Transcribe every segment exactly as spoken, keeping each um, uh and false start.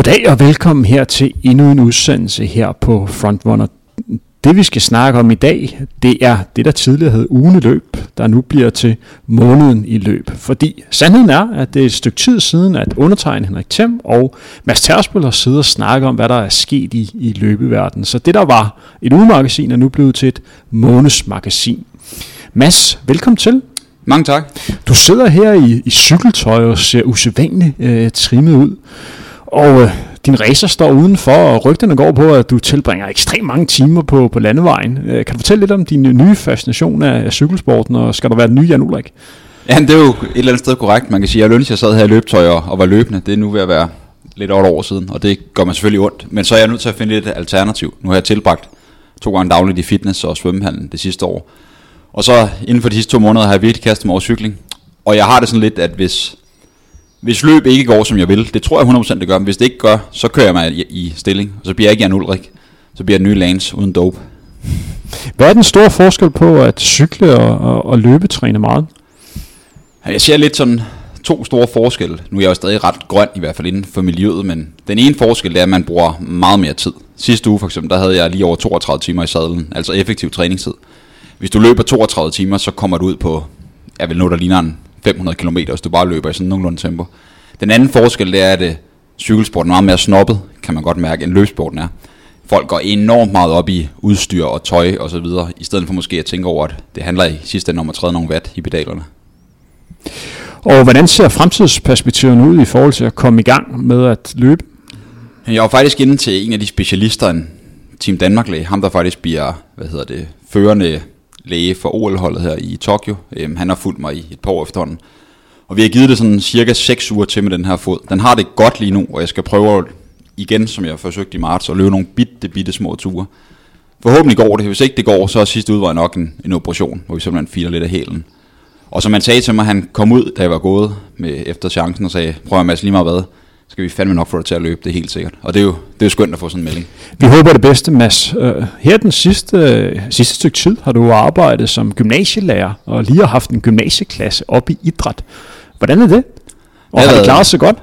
Goddag og velkommen her til endnu en udsendelse her på Frontrunner. Det vi skal snakke om i dag, det er det der tidligere hed ugen i løb, der nu bliver til måneden i løb. Fordi sandheden er, at det er et stykke tid siden, at undertegnet Henrik Them og Mads Tersbøl har siddet og snakket om, hvad der er sket i, i løbeverdenen. Så det der var et ugemagasin er nu blevet til et månedsmagasin. Mads, velkommen til. Mange tak. Du sidder her i, i cykeltøj og ser usædvanligt øh, trimmet ud. Og øh, din racer står udenfor, og rygterne går på, at du tilbringer ekstremt mange timer på, på landevejen. Øh, kan du fortælle lidt om din nye fascination af, af cykelsporten, og skal der være den nye Jan Ullrich? Ja, det er jo et eller andet sted korrekt. Man kan sige, at jeg lønnes, jeg sad her i løbetøj og, og var løbende. Det er nu ved at være lidt over et år siden, og det gør mig selvfølgelig ondt. Men så er jeg nødt til at finde lidt alternativ. Nu har jeg tilbragt to gange dagligt i fitness og svømmehallen det sidste år. Og så inden for de sidste to måneder har jeg virkelig kastet mig over cykling. Og jeg har det sådan lidt, at hvis... Hvis løb ikke går, som jeg vil, det tror jeg hundrede procent det gør, men hvis det ikke gør, så kører jeg mig i, i stilling, og så bliver jeg ikke Jan Ullrich, så bliver jeg den nye Lance uden dope. Hvad er den store forskel på at cykle og, og, og løbetræne meget? Jeg ser lidt sådan to store forskelle. Nu er jeg jo stadig ret grøn, i hvert fald inden for miljøet, men den ene forskel er, at man bruger meget mere tid. Sidste uge for eksempel, der havde jeg lige over toogtredive timer i sadlen, altså effektiv træningstid. Hvis du løber toogtredive timer, så kommer du ud på, jeg vil nå, der ligner en fem hundrede kilometer, hvis du bare løber i sådan nogenlunde tempo. Den anden forskel, det er, at uh, cykelsporten er meget mere snobbet, kan man godt mærke, end løbsporten er. Folk går enormt meget op i udstyr og tøj og så videre, i stedet for måske at tænke over, at det handler i sidste ende om at træde nogle watt i pedalerne. Og hvordan ser fremtidsperspektiverne ud i forhold til at komme i gang med at løbe? Jeg var faktisk inde til en af de specialister, en Team Danmark-læge, ham der faktisk bliver, hvad hedder det, førende læge for O L-holdet her i Tokyo. Øhm, han har fulgt mig i et par år efterhånden. Og vi har givet det sådan cirka seks uger til med den her fod. Den har det godt lige nu, og jeg skal prøve igen, som jeg har forsøgt i marts, at løbe nogle bitte, bitte små ture. Forhåbentlig går det. Hvis ikke det går, så er sidste udvej nok en, en operation, hvor vi simpelthen filer lidt af hælen. Og som han sagde til mig, han kom ud, da jeg var gået med efter chancen og sagde, prøv at Mads, lige meget hvad, skal vi fandme nok få dig til at løbe, det er helt sikkert. Og det er jo, det er jo skønt at få sådan en melding. Vi håber det bedste, Mads. Her den sidste, sidste stykke tid har du arbejdet som gymnasielærer, og lige har haft en gymnasieklasse op i idræt. Hvordan er det? Og har det klaret sig godt?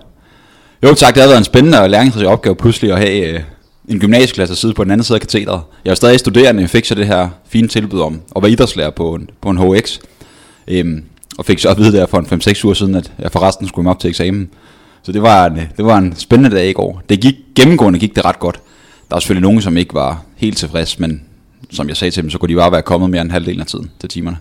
Jo tak, det har været en spændende og læringsrig opgave pludselig at have en gymnasieklasse at sidde på den anden side af katedret. Jeg er stadig studerende, jeg fik så det her fine tilbud om at være idrætslærer på en, på en H X. Øhm, og fik så at vide der for en fem seks uger siden, at jeg forresten skulle op til eksamen. Så det var, en, det var en spændende dag i går. Det gik gennemgående gik det ret godt. Der var selvfølgelig nogen, som ikke var helt tilfreds, men som jeg sagde til dem, så kunne de bare være kommet mere end halvdelen af tiden til timerne.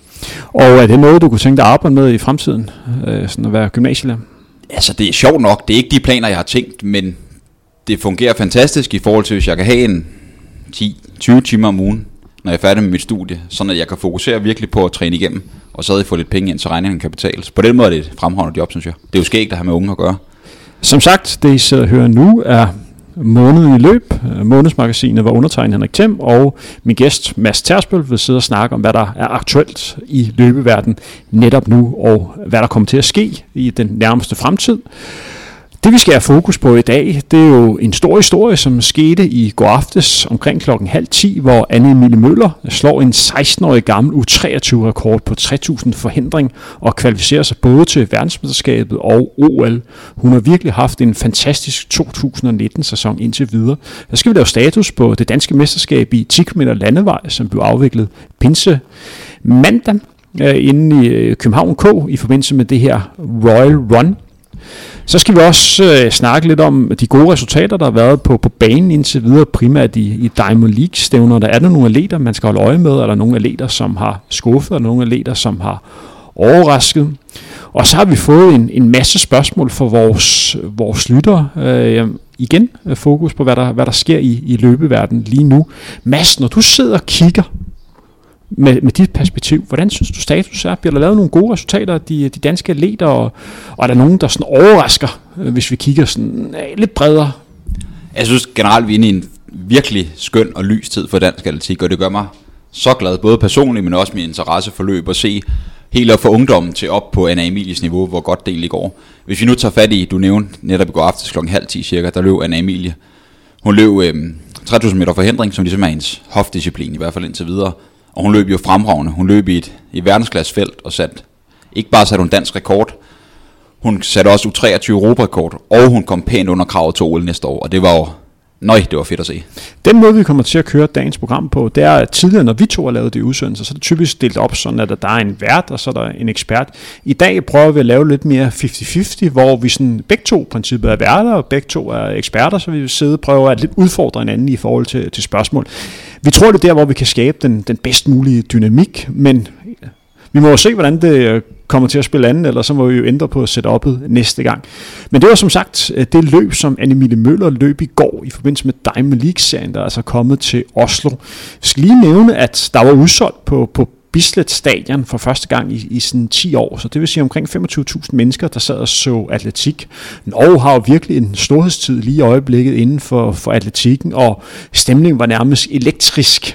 Og er det noget, du kunne tænke dig at arbejde med i fremtiden, øh, sådan at være gymnasielærer? Altså det er sjovt nok, det er ikke de planer, jeg har tænkt, men det fungerer fantastisk i forhold til, hvis jeg kan have en ti til tyve timer om ugen, når jeg er færdig med mit studie, sådan at jeg kan fokusere virkelig på at træne igennem, og så få lidt penge ind, så regningen kan betales. På den måde er det et fremragende job, synes jeg. Det er jo skægt at have med unge at gøre. Som sagt, det I sidder og hører nu er måneden i løb. Månedsmagasinet var undertegnet Henrik Them, og min gæst Mads Tersbøl vil sidde og snakke om, hvad der er aktuelt i løbeverdenen netop nu, og hvad der kommer til at ske i den nærmeste fremtid. Det vi skal have fokus på i dag, det er jo en stor historie, som skete i går aftes omkring klokken halv ti, hvor Anne-Emilie Møller slår en seksten-årig gammel U treogtyve-rekord på tre tusind forhindring og kvalificerer sig både til verdensmesterskabet og O L. Hun har virkelig haft en fantastisk to tusind nitten-sæson indtil videre. Der skal vi lave status på det danske mesterskab i ti kilometer landevej, som blev afviklet pinse mandag øh, inde i København K i forbindelse med det her Royal Run. Så skal vi også øh, snakke lidt om de gode resultater, der har været på, på banen indtil videre, primært i, i Diamond League-stævner. Der er der nogle atleter, man skal holde øje med, eller nogle atleter, som har skuffet, og nogle atleter, som har overrasket. Og så har vi fået en, en masse spørgsmål fra vores, vores lyttere. Øh, igen fokus på, hvad der, hvad der sker i, i løbeverdenen lige nu. Mads, når du sidder og kigger Med, med dit perspektiv, hvordan synes du status er? Bliver der lavet nogle gode resultater af de, de danske atleter, og, og er der nogen, der sådan overrasker, hvis vi kigger sådan øh, lidt bredere? Jeg synes generelt, vi er inde i en virkelig skøn og lys tid for dansk atletik, og det gør mig så glad, både personligt, men også min interesse for løb, at se helt op fra ungdommen til op på Anna-Emilies niveau, hvor godt det egentlig går. Hvis vi nu tager fat i, du nævnte netop i går aftes klokken halv ti cirka, der løb Anna-Emilie. Hun løb øh, tre tusind meter forhindring, som ligesom er hendes hofdisciplin, i hvert fald indtil videre. Og hun løb jo fremragende. Hun løb i et i verdensklassefelt og sat, ikke bare satte hun dansk rekord. Hun satte også U treogtyve Europarekord, og hun kom pænt under kravet til O L næste år, og det var jo, nøj, det var fedt at se. Den måde, vi kommer til at køre dagens program på, det er, at tidligere, når vi to har lavet det udsendelse, så er det typisk delt op sådan, at der er en vært, og så er der en ekspert. I dag prøver vi at lave lidt mere halvtreds halvtreds, hvor vi sådan, begge to princippet er værter, og begge to er eksperter, så vi vil sidde og prøve at lidt udfordre hinanden i forhold til, til spørgsmål. Vi tror, det er der, hvor vi kan skabe den, den bedst mulige dynamik, men vi må jo se, hvordan det kommer til at spille anden, eller så må vi jo ændre på setup'et næste gang. Men det var som sagt det løb, som Anne-Mille Møller løb i går i forbindelse med Diamond League-serien, der er altså kommet til Oslo. Jeg skal lige nævne, at der var udsolgt på, på Bislett Stadion for første gang i, i sådan ti år, så det vil sige omkring femogtyve tusind mennesker, der sad og så atletik. Norge har jo virkelig en storhedstid lige i øjeblikket inden for, for atletikken, og stemningen var nærmest elektrisk.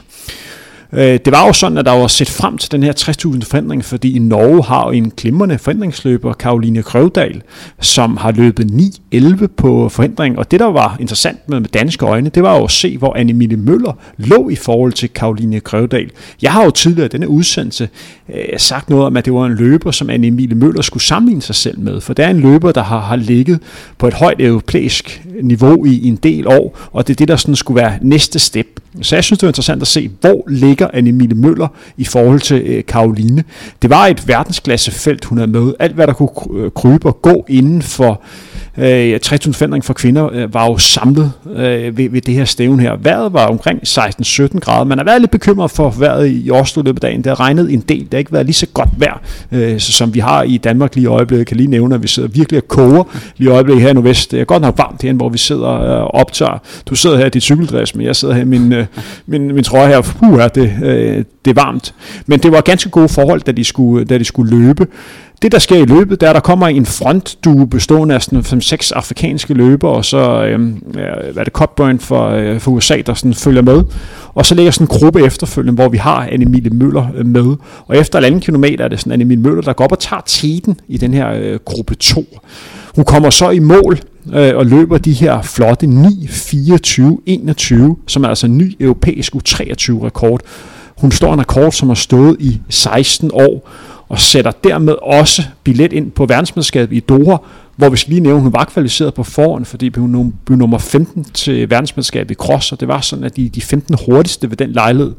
Det var jo sådan, at der var set frem til den her tres tusind forhindring, fordi i Norge har jo en glimrende forhindringsløber, Caroline Krøvdal, som har løbet ni elleve på forhindring, og det der var interessant med, med danske øjne, det var jo at se, hvor Anne-Mille Møller lå i forhold til Caroline Krøvdal. Jeg har jo tidligere i denne udsendelse øh, sagt noget om, at det var en løber, som Anne-Mille Møller skulle sammenligne sig selv med, for det er en løber, der har, har ligget på et højt europæisk niveau i, i en del år, og det er det, der sådan skulle være næste step. Så jeg synes, det var interessant at se, hvor ligger Anne-Mille Møller i forhold til øh, Caroline. Det var et verdensklassefelt, hun havde med. Alt, hvad der kunne krybe og gå inden for øh, tres tusind forhindring for kvinder, øh, var jo samlet øh, ved, ved det her stævne her. Vejret var omkring seksten sytten grader. Man har været lidt bekymret for vejret i Oslo løbet af dagen. Det har regnet en del. Det har ikke været lige så godt vejr, øh, som vi har i Danmark lige i øjeblikket. Jeg kan lige nævne, at vi sidder virkelig og koger lige i øjeblikket her i Nordvest. Det er godt nok varmt herinde, hvor vi sidder og optager. Du sidder her i dit cykeldress, men jeg sidder her i min, øh, min, min trøje her. Puh, er det, øh, det er varmt. Men det var ganske gode forhold, da de skulle, da de skulle løbe. Det, der sker i løbet, der, der kommer en frontdue bestående af sådan fem seks afrikanske løbere, og så øhm, hvad er det, Cockburn for, øh, for U S A, der sådan følger med. Og så ligger sådan en gruppe efterfølgende, hvor vi har Anne-Mille Møller øh, med. Og efter halvanden kilometer er det sådan Anne-Mille Møller, der går op og tager teten i den her øh, gruppe to. Hun kommer så i mål øh, og løber de her flotte ni fireogtyve enogtyve, som er altså en ny europæisk U treogtyve rekord. Hun står en rekord, som har stået i seksten år, og sætter dermed også billet ind på verdensmesterskabet i Doha, hvor vi skal lige nævne, hun var kvalificeret på forhånd, fordi hun blev nummer femten til verdensmesterskabet i cross, og det var sådan, at de, de femten hurtigste ved den lejlighed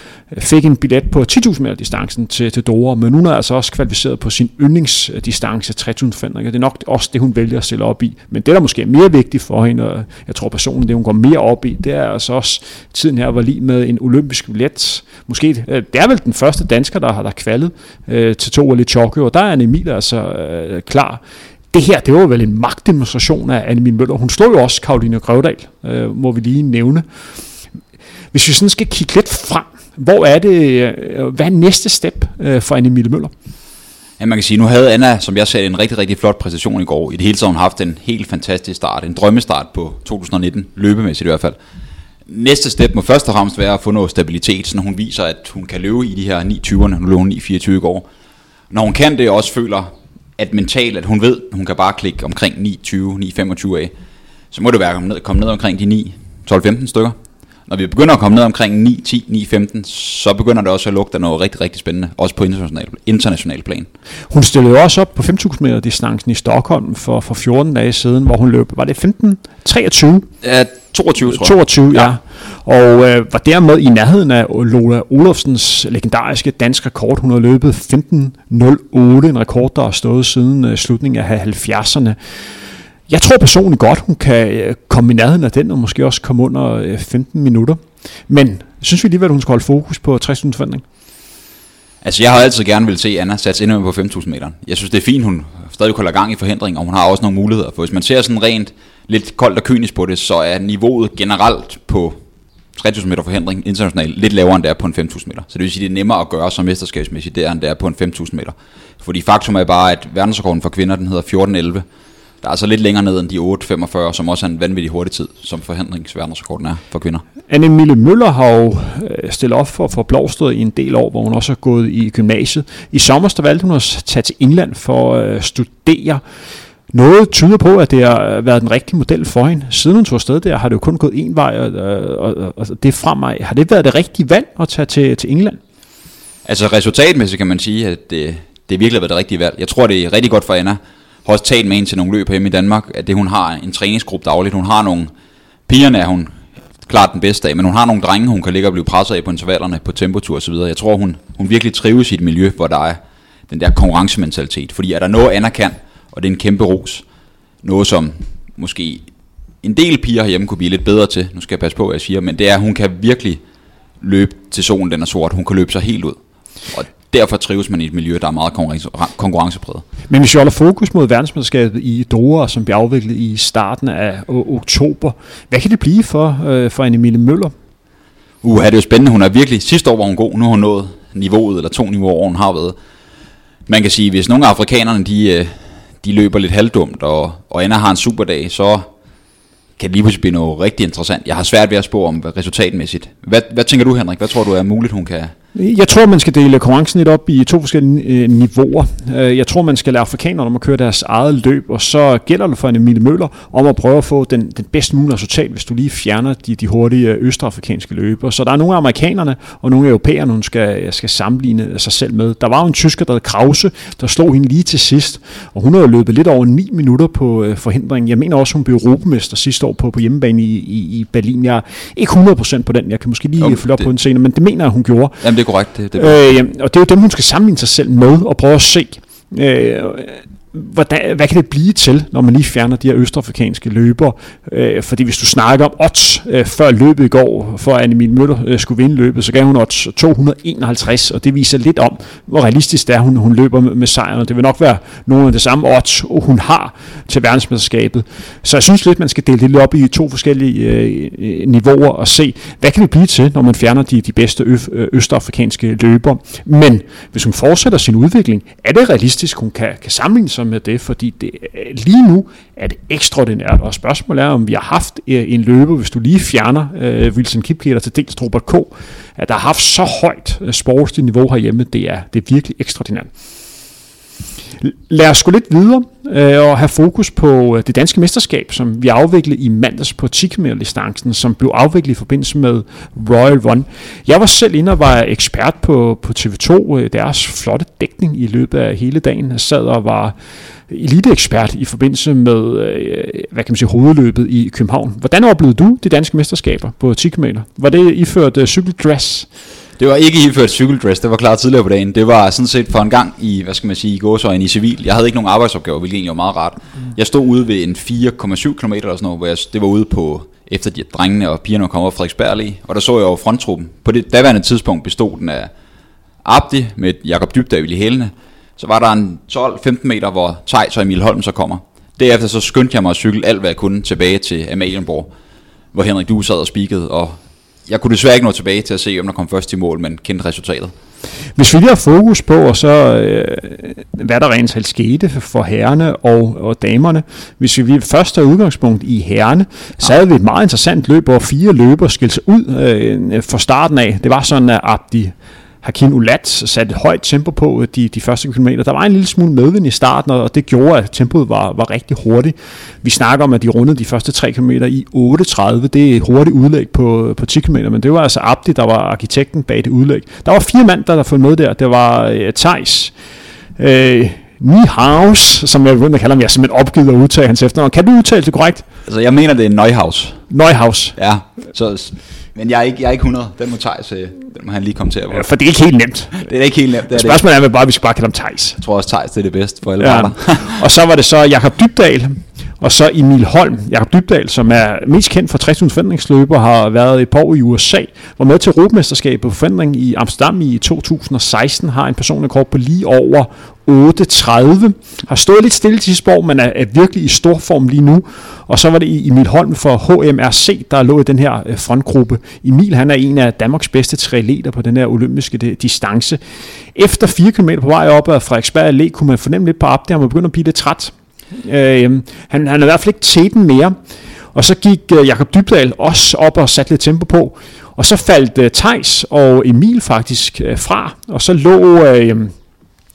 fik en billet på ti tusind meter distancen til, til Doha, men hun er altså også kvalificeret på sin yndlingsdistance, tres tusind forhindringer. Det er nok også det, hun vælger at stille op i. Men det, der måske er mere vigtigt for hende, og jeg tror personligt, det hun går mere op i, det er altså også tiden her var lige med en olympisk billet. Måske, det er vel den første dansker, der har der kvalet øh, til to i Tokyo, og der er Anne-Mille altså øh, klar. Det her, det var vel en magtdemonstration af Anne-Mille Møller. Hun slog jo også Caroline Krøvdal, øh, må vi lige nævne. Hvis vi sådan skal kigge lidt frem, hvor er det, hvad er næste step for Anne-Mille Møller? Ja, man kan sige, nu havde Anna, som jeg sagde, en rigtig, rigtig flot præstation i går. I det hele taget har hun haft en helt fantastisk start, en drømmestart på to tusind nitten, løbemæssigt i hvert fald. Næste step må først og fremmest være at få noget stabilitet, så hun viser, at hun kan løbe i de her ni tyverne, nu løber hun ni fireogtyve i går. Når hun kan det, også føler, at mentalt, at hun ved, at hun kan bare klikke omkring ni tyve, ni femogtyve af, så må det være at komme ned, komme ned omkring de ni tolv femten stykker. Når vi begynder at komme ned omkring ni ti, ni femten, så begynder det også at lugte noget rigtig, rigtig spændende, også på international, international plan. Hun stillede også op på fem tusind meter distancen i Stockholm for, for fjorten dage siden, hvor hun løb, var det femten treogtyve? Ja, toogtyve tror jeg. toogtyve, ja. ja. Og øh, var dermed i nærheden af Lola Olofsens legendariske dansk rekord. Hun har løbet femten nul otte, en rekord, der har stået siden øh, slutningen af halvfjerdserne. Jeg tror personligt godt, hun kan komme i nærheden af den, og måske også komme under femten minutter. Men synes vi alligevel, at hun skal holde fokus på tres tusind forhindring? Altså, jeg har altid gerne vil se Anna satse endnu på fem tusind meter. Jeg synes, det er fint, hun stadig holder gang i forhindring, og hun har også nogle muligheder. For hvis man ser sådan rent lidt koldt og kynisk på det, så er niveauet generelt på tre tusind meter forhindring internationalt lidt lavere, end det er på en fem tusind meter. Så det vil sige, det er nemmere at gøre som mesterskabsmæssigt, der, end det er på en fem tusind meter. Fordi faktum er bare, at verdensrekorden for kvinder, den hedder fjorten elleve. Der er altså lidt længere ned end de otte femogfyrre, som også er en vanvittig hurtig tid, som forhindringsverdensrekorden er for kvinder. Anne-Mille Møller har jo stillet op for, for Blovstrød i en del år, hvor hun også har gået i gymnasiet. I sommer der valgte hun at tage til England for at studere. Noget tyder på, at det har været den rigtige model for hende. Siden hun tog afsted der, har det jo kun gået en vej, og, og, og det fremad. Har det været det rigtige valg at tage til, til England? Altså resultatmæssigt kan man sige, at det, det virkelig har været det rigtige valg. Jeg tror, det er rigtig godt for Anna. har også talt med hende til nogle løb hjemme i Danmark, at det hun har en træningsgruppe dagligt. Hun har nogle, pigerne er hun klart den bedste af, men hun har nogle drenge, hun kan ligge og blive presset af på intervallerne, på tempotur og så videre. Jeg tror, hun, hun virkelig trives i et miljø, hvor der er den der konkurrencementalitet. Fordi er der noget, Anna kan, og det er en kæmpe ros, noget som måske en del piger herhjemme kunne blive lidt bedre til, nu skal jeg passe på, hvad jeg siger, men det er, at hun kan virkelig løbe til solen, den er sort. Hun kan løbe sig helt ud. Og derfor trives man i et miljø, der er meget konkurrencepræget. Men hvis vi holder fokus mod verdensmesterskabet i Doha, som bliver afviklet i starten af oktober, hvad kan det blive for, øh, for Anne-Mille Møller? Uh, det er jo spændende. Hun er virkelig, sidste år var hun god, nu har hun nået niveauet, eller to niveauer, hun har været. Man kan sige, hvis nogle af afrikanerne, de, de løber lidt halvdumt, og, og Anna har en superdag, så kan det lige pludselig blive noget rigtig interessant. Jeg har svært ved at spå om resultatmæssigt. Hvad, hvad tænker du, Henrik? Hvad tror du er muligt, hun kan? Jeg tror, man skal dele konkurrencen lidt op i to forskellige øh, niveauer. Jeg tror, man skal lade afrikanerne om at køre deres eget løb, og så gælder det for Anne-Mille Møller om at prøve at få den, den bedst mulige resultat, hvis du lige fjerner de, de hurtige østafrikanske løber. Så der er nogle af amerikanerne og nogle europæere, hun skal, skal sammenligne sig selv med. Der var jo en tysker, der hed Krause, der slog hende lige til sidst, og hun har jo løbet lidt over ni minutter på øh, forhindringen. Jeg mener også, hun blev europamester sidste år på, på hjemmebane i, i, i Berlin. Jeg er ikke hundrede procent på den. Jeg kan måske lige okay, følge op det. på den senere, men det mener jeg, hun gjorde. Jamen, det er korrekt. Det, det øh, og det er jo dem, hun skal sammenligne sig selv med og prøve at se, øh, hvordan, hvad kan det blive til, når man lige fjerner de her østafrikanske løbere. Øh, fordi hvis du snakker om odds øh, før løbet i går, for at Anne-Mille Møller øh, skulle vinde løbet, så gav hun odds to hundrede og enoghalvtreds, og det viser lidt om, hvor realistisk det er, hun, hun løber med, med sejren. Det vil nok være nogle af det samme odds, hun har til verdensmesterskabet. Så jeg synes lidt, man skal dele det lidt op i to forskellige øh, niveauer og se, hvad kan det blive til, når man fjerner de, de bedste ø- østafrikanske løbere. Men hvis hun fortsætter sin udvikling, er det realistisk, hun kan, kan sammenligne sig med det, fordi det, lige nu er det ekstraordinært, og spørgsmålet er, om vi har haft en løber, hvis du lige fjerner uh, Wilson Kipketer til dels Robert K., at der har haft så højt uh, sportsligt niveau herhjemme, det er, det er virkelig ekstraordinært. Lad os gå lidt videre øh, og have fokus på det danske mesterskab, som vi afviklede i mandags på ti kilometer distancen, som blev afviklet i forbindelse med Royal Run. Jeg var selv inde og var ekspert på, på T V to, øh, deres flotte dækning i løbet af hele dagen. Jeg sad og var eliteekspert i forbindelse med øh, hvad kan man sige, hovedløbet i København. Hvordan oplevede du de danske mesterskaber på ti kilometer? Var det iført øh, cykeldress? Det var ikke iført cykeldress, det var klart tidligere på dagen. Det var sådan set for en gang i, hvad skal man sige, i gåseøjne i civil. Jeg havde ikke nogen arbejdsopgaver, hvilket egentlig var meget rart. Jeg stod ude ved en fire komma syv kilometer eller sådan noget, hvor jeg, det var ude på, efter de drengene og pigerne var kommet op fra Frederiksberg, og der så jeg over fronttruppen. På det daværende tidspunkt bestod den af Abdi med Jakob Dybdahl i hælene. Så var der en tolv femten meter, hvor Theis og Emil Holm så kommer. Derefter så skyndte jeg mig at cykle alt, hvad jeg kunne tilbage til Amalienborg, hvor Henrik du sad og speakede, og jeg kunne desværre ikke nå tilbage til at se, om der kom først i mål, men kendte resultatet. Hvis vi lige har fokus på, og så øh, hvad der rent selv skete for herrerne og, og damerne. Hvis vi først tager udgangspunkt i herrerne, så havde vi et meget interessant løb, hvor fire løber skilte sig ud øh, fra starten af. Det var sådan, at Abdi Hakim Ulat satte et højt tempo på de, de første kilometer. Der var en lille smule medvind i starten, og det gjorde, at tempoet var, var rigtig hurtigt. Vi snakker om, at de rundede de første tre kilometer i otte tredive. Det er et hurtigt udlæg på, på ti kilometer, men det var altså Abdi, der var arkitekten bag det udlæg. Der var fire mand, der, der fulgte med der. Det var uh, Theis, uh, Niehaus, som jeg vil kalde ham. Jeg er simpelthen opgivet at udtale hans efternavn. Kan du udtale det korrekt? Altså, jeg mener, det er Neuhaus. Neuhaus. Ja, så... Men jeg er ikke, jeg er ikke hundrede. Den må Theis, den må han lige komme til at være. For det er ikke helt nemt. Det er ikke helt nemt. Det er spørgsmålet er, at bare, at vi skal bare kalde ham Theis. Jeg tror også, Theis det er det bedste for alle ja. parter. Og så var det så Jakob Dybdahl, og så Emil Holm. Jakob Dybdahl, som er mest kendt for tres tusind forhindringsløber, har været et par år i U S A, var med til Europamesterskabet på forhindring i Amsterdam i to tusind og seksten, har en personlig rekord på lige over otte tredive, har stået lidt stille til sidste år, men er, er virkelig i stor form lige nu. Og så var det Emil Holm for H M R C, der lå i den her frontgruppe. Emil, han er en af Danmarks bedste triatleter på den her olympiske distance. Efter fire kilometer på vej op ad Frederiksberg Allé, kunne man fornemme lidt på Abdi, han var begyndt at blive lidt træt. Øh, han, han er i hvert fald ikke teten mere. Og så gik uh, Jakob Dybdahl også op og satte lidt tempo på. Og så faldt uh, Theis og Emil faktisk uh, fra, og så lå... Uh,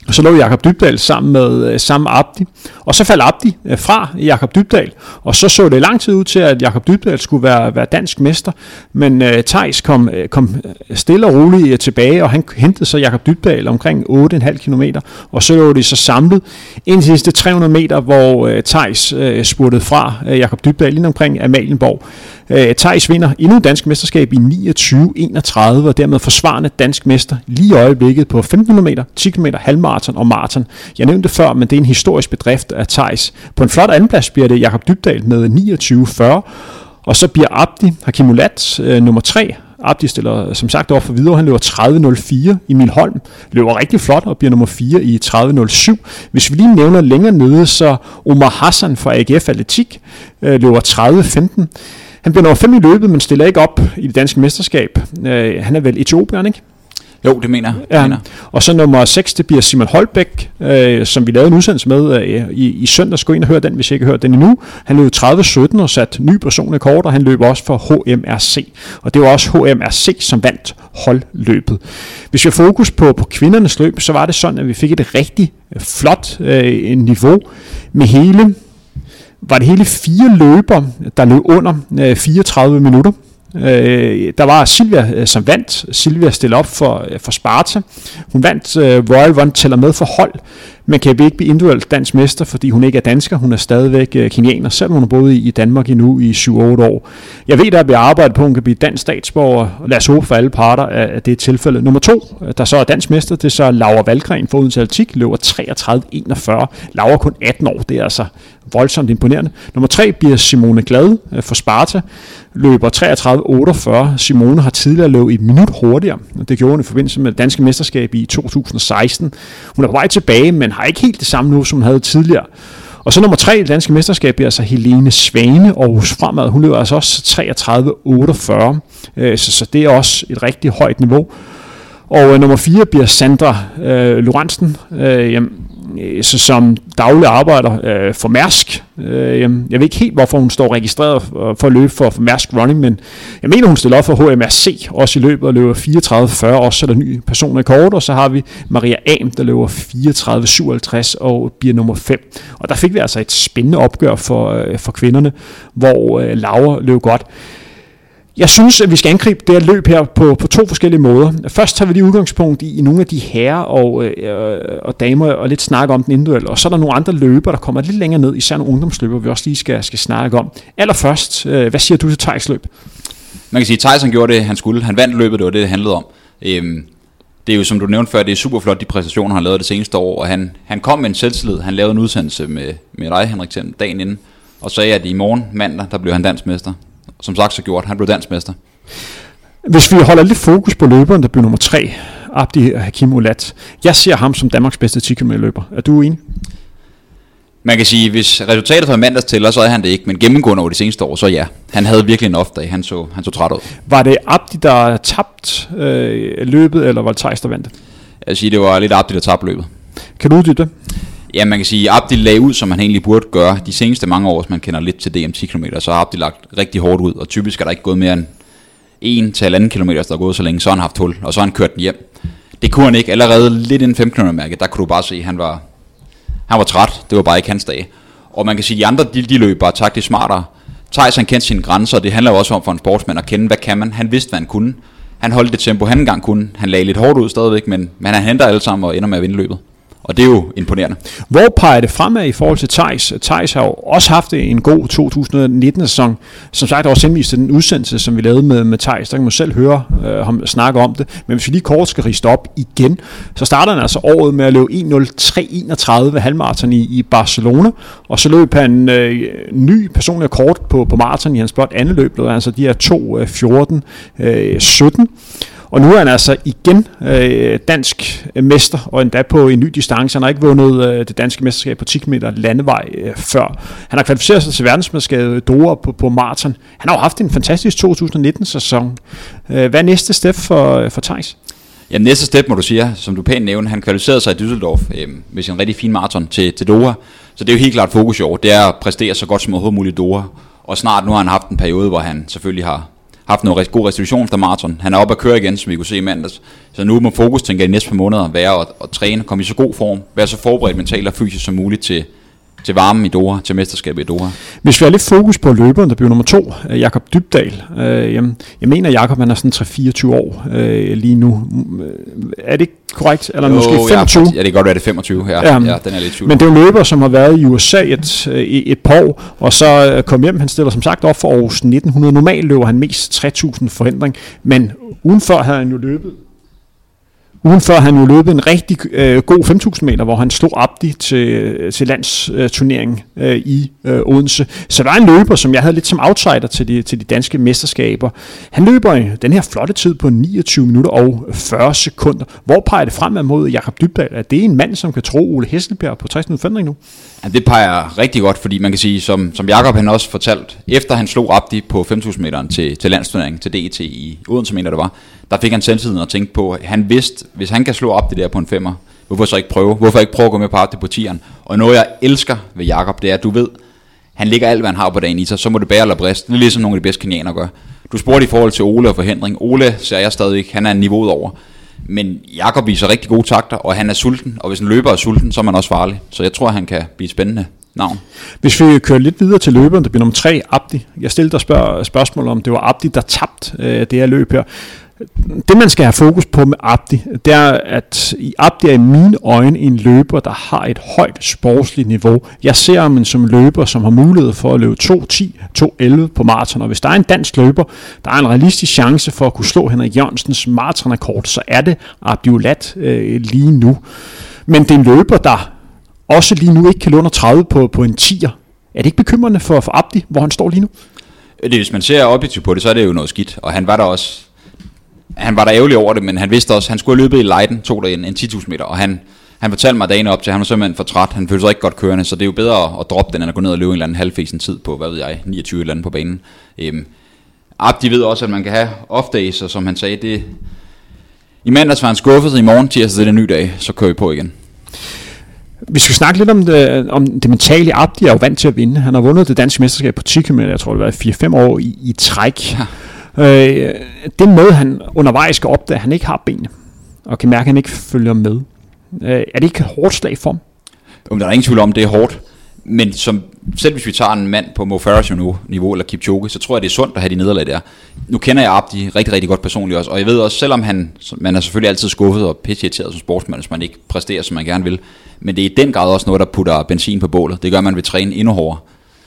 Og så lå Jakob Dybdahl sammen med sammen med Abdi. Og så faldt Abdi fra Jakob Dybdahl. Og så så det lang tid ud til, at Jakob Dybdahl skulle være, være dansk mester. Men uh, Theis kom, kom stille og roligt tilbage, og han hentede så Jakob Dybdahl omkring otte komma fem kilometer. Og så lå de så samlet ind til sidste tre hundrede meter, hvor uh, Theis uh, spurtede fra uh, Jakob Dybdahl lige omkring Amalienborg. Uh, Theis vinder endnu et dansk mesterskab i niogtyve enogtredive, og dermed forsvarende dansk mester lige i øjeblikket på femten hundrede meter, ti kilometer, halvmaraton og maraton. Jeg nævnte det før, men det er en historisk bedrift af Theis. På en flot andenplads bliver det Jakob Dybdahl med niogtyve fyrre, og så bliver Abdi Hakimulat øh, nummer tre. Abdi stiller som sagt over for videre, han løber tredive nul fire. Emil Holm løber rigtig flot og bliver nummer fire i tredive nul syv. Hvis vi lige nævner længere nede, så Omar Hassan fra A G F Atletik øh, løber tredive femten. Han bliver nummer fem i løbet, men stiller ikke op i det danske mesterskab. Øh, han er vel etiopier, ikke? Jo, det mener jeg. Ja. Mener. Og så nummer seks, det bliver Simon Holbæk, øh, som vi lavede en udsendelse med øh, i, i søndag. Gå ind og høre den, hvis I ikke har hørt den endnu. Han løb tredive sytten og sat ny personrekord, og han løb også for H M R C. Og det var også H M R C, som vandt holdløbet. Hvis vi har fokus på, på kvindernes løb, så var det sådan, at vi fik et rigtig flot øh, niveau med hele... var det hele fire løber, der løb under øh, fireogtredive minutter. Øh, der var Silvia øh, som vandt. Silvia stillede op for, øh, for Sparta. Hun vandt øh, Royal Run, tæller med for hold, men kan ikke blive individuelt dansk mester, fordi hun ikke er dansker. Hun er stadigvæk øh, kenianer, selvom hun har boet i, i Danmark endnu i syv otte år. Jeg ved, der bliver arbejdet på, at hun kan blive dansk statsborger, og lad os håbe for alle parter, at det er tilfældet. Nummer to, der så er dansk mester, det er så Laura Valgren for Odense Atletik, løber treogtredive enogfyrre. Laura er kun atten år, det er altså voldsomt imponerende. Nummer tre bliver Simone Glad øh, for Sparta, løber treogtredive otteogfyrre. Simone har tidligere løbet et minut hurtigere, og det gjorde hun i forbindelse med det danske mesterskab i to tusind og seksten. Hun er på vej tilbage, men har ikke helt det samme nu, som hun havde tidligere. Og så nummer tre i det danske mesterskab bliver altså Helene Svane, Aarhus Fremad. Hun løber altså også treogtredive otteogfyrre, øh, så, så det er også et rigtig højt niveau. Og øh, nummer fire bliver Sandra øh, Lorentzen, øh, jamen, så som daglig arbejder øh, for Mærsk. Øh, jeg ved ikke helt, hvorfor hun står registreret for at løbe for, for Mærsk Running, men jeg mener, hun stiller op for H M R C, også i løbet og løber fireogtredive fyrre, også så er der ny personrekord, og så har vi Maria Am, der løber fireogtredive syvoghalvtreds og bliver nummer fem. Og der fik vi altså et spændende opgør for, øh, for kvinderne, hvor øh, Laura løb godt. Jeg synes, at vi skal angribe det her løb her på, på to forskellige måder. Først tager vi lige udgangspunkt i, i nogle af de herrer og, øh, og damer, og lidt snakke om den individuelle. Og så er der nogle andre løber, der kommer lidt længere ned, især nogle ungdomsløber, vi også lige skal, skal snakke om. Allerførst, øh, hvad siger du til Theis løb? Man kan sige, at Theis han gjorde det, han skulle. Han vandt løbet, det var det, det handlede om. Øhm, det er jo, som du nævnte før, det er super flot, de præstationer, han lavede det seneste år. Og han, han kom med en selvtillid. Han lavede en udsendelse med, med dig, Henrik, dagen inden. Og sagde, at i morgen, mandag, der blev han dansk mester. Som sagt så gjort, han blev dansk mester. Hvis vi holder lidt fokus på løberen, der blev nummer tre, Abdi Hakimulat. Jeg ser ham som Danmarks bedste ti kilometer løber. Er du enig? Man kan sige, hvis resultatet fra mandags tæller, så er han det ikke, men gennemgående over de seneste år, så ja. Han havde virkelig en off-dag, han så, han så træt ud. Var det Abdi, der tabte øh, løbet, eller var det Theis, der vandt det? Jeg vil sige, det var lidt Abdi, der tabte løbet. Kan du uddybe det? Ja, man kan sige, at Abdi lagde ud, som han egentlig burde gøre. De seneste mange år, hvis man kender lidt til D M ti kilometer, så har Abdi lagt rigtig hårdt ud, og typisk er der ikke gået mere end en til halvanden kilometer, der er gået så længe, så har han haft hul, og så har han kørt den hjem. Det kunne han ikke. Allerede lidt inden fem kilometer mærke, der kunne du bare se, at han var, han var træt. Det var bare ikke hans dag. Og man kan sige, at de andre, de, de løb bare taktisk smartere. Theis, han kendte sine grænser, og det handler jo også om for en sportsmand at kende, hvad kan man. Han vidste, hvad han kunne. Han holdt det tempo, han engang kunne. Han lagde lidt hårdt ud stadigvæk, men, men han henter alle sammen og ender med at vinde løbet. Og det er jo imponerende. Hvor peger det fremad i forhold til Theis? Theis har jo også haft en god to tusind nitten-sæson. Som sagt også henvist til den udsendelse, som vi lavede med, med Theis. Der kan man selv høre øh, ham snakke om det. Men hvis vi lige kort skal riste op igen, så starter han altså året med at løbe en nul tre enogtredive ved halvmarathon i, i Barcelona. Og så løb han øh, ny personlig rekord på, på marathon i hans blot andet løb. Løb altså de her to fjorten sytten. Og nu er han altså igen øh, dansk mester, og endda på en ny distance. Han har ikke vundet øh, det danske mesterskab på ti kilometer landevej øh, før. Han har kvalificeret sig til verdensmesterskabet Doha på, på maraton. Han har jo haft en fantastisk to tusind nitten-sæson. Øh, hvad er næste step for, for Theis? Ja, næste step må du sige, som du pænt nævner, han kvalificerede sig i Düsseldorf øh, med sin rigtig fin maraton til, til Doha. Så det er jo helt klart fokus i år. Det er at præstere så godt som overhovedet muligt i Doha. Og snart nu har han haft en periode, hvor han selvfølgelig har haft noget god restitution efter maraton. Han er oppe at køre igen, som vi kunne se i mandags. Så nu må fokus, tænker jeg, de næste par måneder være at, at træne, komme i så god form, være så forberedt mentalt og fysisk som muligt til, til varmen i Doha, til mesterskabet i Doha. Hvis vi har lidt fokus på løberen, der bliver nummer to, Jakob Dybdahl. Øh, jeg, jeg mener, Jakob han er sådan tre fireogtyve år øh, lige nu. Er det korrekt? Eller jo, måske femogtyve? Ja, det kan godt være, det er femogtyve her. Ja, ja, den er lidt tvivl. Men det er jo en løber, som har været i U S A et, et, et par år, og så kom hjem. Han stiller som sagt op for Aarhus nitten hundrede. Normalt løber han mest tre tusind forhindring, men udenfor havde han jo løbet Ugen før han jo løbet en rigtig øh, god fem tusind meter, hvor han slog Abdi til, til landsturneringen øh, i øh, Odense. Så der er en løber, som jeg havde lidt som outsider til de, til de danske mesterskaber. Han løber i den her flotte tid på niogtyve minutter og fyrre sekunder. Hvor peger det fremad mod Jakob Dybdahl? Er det en mand, som kan tro Ole Hesselbjerg på tres minutter nu? Ja, det peger rigtig godt, fordi man kan sige, som, som Jakob han også fortalt, efter han slog Abdi på fem tusind meteren til, til landsturneringen, til D E T i Odense, mener det var, der fik han selvtiden at tænke på, han vidste, hvis han kan slå Abdi der på en femmer, hvorfor så ikke prøve? Hvorfor ikke prøve at gå med på Abdi på tieren? Og noget jeg elsker ved Jakob, det er, at du ved, han ligger alt, hvad han har på dagen i sig, så må det bære eller briste. Det er ligesom nogle af de bedste kenianer gør. Du spurgte i forhold til Ole og forhindring. Ole ser jeg stadig ikke, han er niveauet over. Men Jakob viser rigtig gode takter, og han er sulten, og hvis en løber er sulten, så er man også farlig. Så jeg tror, han kan blive spændende navn. Hvis vi kører lidt videre til løberen, det bliver nummer tre, Abdi. Jeg stillede dig spørg- spørgsmål om, det var Abdi, der tabte øh, det her løb her. Det man skal have fokus på med Abdi, det er, at Abdi er i mine øjne en løber, der har et højt sportsligt niveau. Jeg ser ham som en løber, som har mulighed for at løbe to ti, to elleve på maraton. Og hvis der er en dansk løber, der er en realistisk chance for at kunne slå Henrik Jørgensens maratonrekord, så er det Abdi Olat øh, lige nu. Men det er en løber, der også lige nu ikke kan løbe under tredive på, på en tier. Er det ikke bekymrende for, for Abdi, hvor han står lige nu? Det, hvis man ser objektivt på det, så er det jo noget skidt. Og han var der også... Han var der ærgerlig over det, men han vidste også, at han skulle have løbet i Leiden, tog der en, en ti tusind meter, og han, han fortalte mig dagen op til, at han var simpelthen for træt, han følte sig ikke godt kørende, så det er jo bedre at, at droppe den, end at gå ned og løbe en eller anden halvfesen tid på, hvad ved jeg, niogtyve eller andet på banen. Øhm, Abdi ved også, at man kan have off-days, og som han sagde, det, i mandags var han skuffet, i morgen tirsdag, det er en ny dag, så kører vi på igen. Vi skal snakke lidt om det, om det mentale. Abdi er jo vant til at vinde. Han har vundet det danske mesterskab på ti kilometer, jeg tror det var fire fem år i, i træk. Ja. Øh, den måde han undervejs skal opdage, at han ikke har benene, og kan mærke, at han ikke følger med. Øh, er det ikke et hårdt slag for ham? Jamen, der er ingen tvivl om, det er hårdt. Men som, selv hvis vi tager en mand på Mo Farahs niveau, eller Kipchoge, så tror jeg, det er sundt at have de nederlag der. Nu kender jeg Abdi rigtig, rigtig godt personligt også, og jeg ved også, selvom han, man er selvfølgelig altid skuffet og pisseirriteret som sportsmand, hvis man ikke præsterer, som man gerne vil, men det er i den grad også noget, der putter benzin på bålet. Det gør, man vil træne endnu hårdere.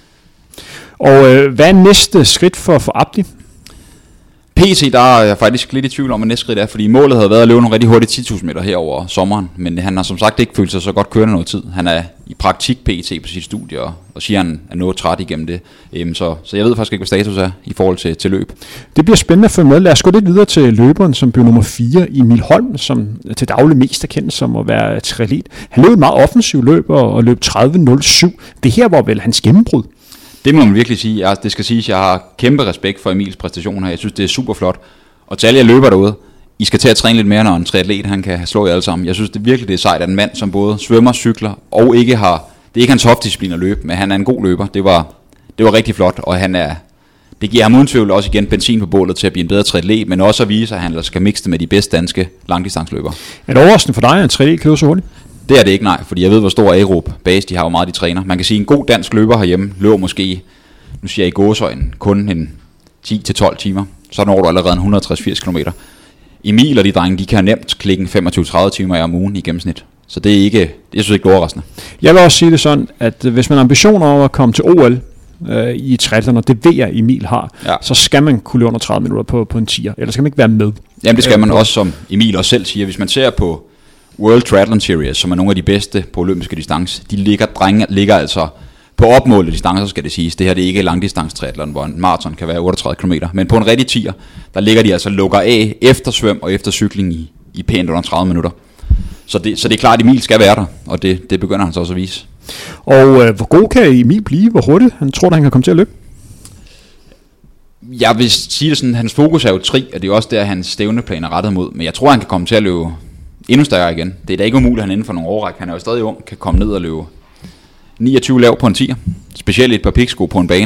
Og øh, hvad er næste skridt for, for Abdi? P T, der er jeg faktisk lidt i tvivl om, hvad næste skridt er, fordi målet havde været at løbe nogle rigtig hurtige ti tusind meter her over sommeren, men han har som sagt ikke følt sig så godt kørende noget tid. Han er i praktik P T på sit studie, og, og siger, at han er noget træt igennem det. Ehm, så, så jeg ved faktisk ikke, hvad status er i forhold til, til løb. Det bliver spændende at følge med. Lad os gå lidt videre til løberen, som blev nummer fire, Emil Holm, som til daglig mest er kendt som at være triatlet. Han løb et meget offensiv løb og løb tredive nul syv. Det her var vel hans gennembrud. Det må man virkelig sige. Jeg, det skal siges, jeg har kæmpe respekt for Emils præstation her. Jeg synes, det er super flot. Og til alle jer løber derude, I skal til at træne lidt mere, når en triatlet han kan slå jer alle sammen. Jeg synes det virkelig, det er sejt, at en mand, som både svømmer, cykler og ikke har... Det er ikke hans hoftdisciplin at løbe, men han er en god løber. Det var, det var rigtig flot, og han er... Det giver ham uden tvivl også igen benzin på bålet til at blive en bedre triatlet, men også at vise, at han skal mixe det med de bedste danske langdistanceløbere. Er det overraskende for dig, at en triatlet kan løbe så hurtigt? Det er det ikke, nej, fordi jeg ved, hvor stor aerob base de har, hvor meget de træner. Man kan sige, en god dansk løber herhjemme løber måske, nu siger jeg i gåsøjne, kun en ti til tolv timer. Så når du allerede en et hundrede og tres til firs kilometer. Emil og de drenge, de kan nemt klikke femogtyve til tredive timer om ugen i gennemsnit. Så det er ikke, jeg synes ikke, det er overraskende. Jeg vil også sige det sådan, at hvis man har ambitioner om at komme til O L øh, i triathlon, og det ved jeg, Emil har, ja. Så skal man kunne løbe under tredive minutter på, på en tier, ellers skal man ikke være med. Jamen det skal man også, som Emil også selv siger. Hvis man ser på World Triathlon Series, som er nogle af de bedste på olympiske distance, de ligger, drenge, ligger altså på opmålte distancer, skal det siges. Det her det er ikke langdistance triathlon, hvor en maraton kan være otteogtredive kilometer, men på en rigtig tier, der ligger de altså lukker af efter svøm og efter cykling i, i pænt under tredive minutter. Så det, så det er klart, at Emil skal være der, og det, det begynder han så også at vise. Og øh, hvor god kan Emil blive? Hvor hurtigt han tror, at han kan komme til at løbe? Jeg vil sige det sådan, hans fokus er jo tri, og det er også der, hans stævneplan er rettet mod, men jeg tror, han kan komme til at løbe endnu stærkere igen. Det er da ikke umuligt, at han inden for nogle årræk, han er jo stadig ung, kan komme ned og løbe niogtyve lav på en tier. Specielt et par piksko på en bane.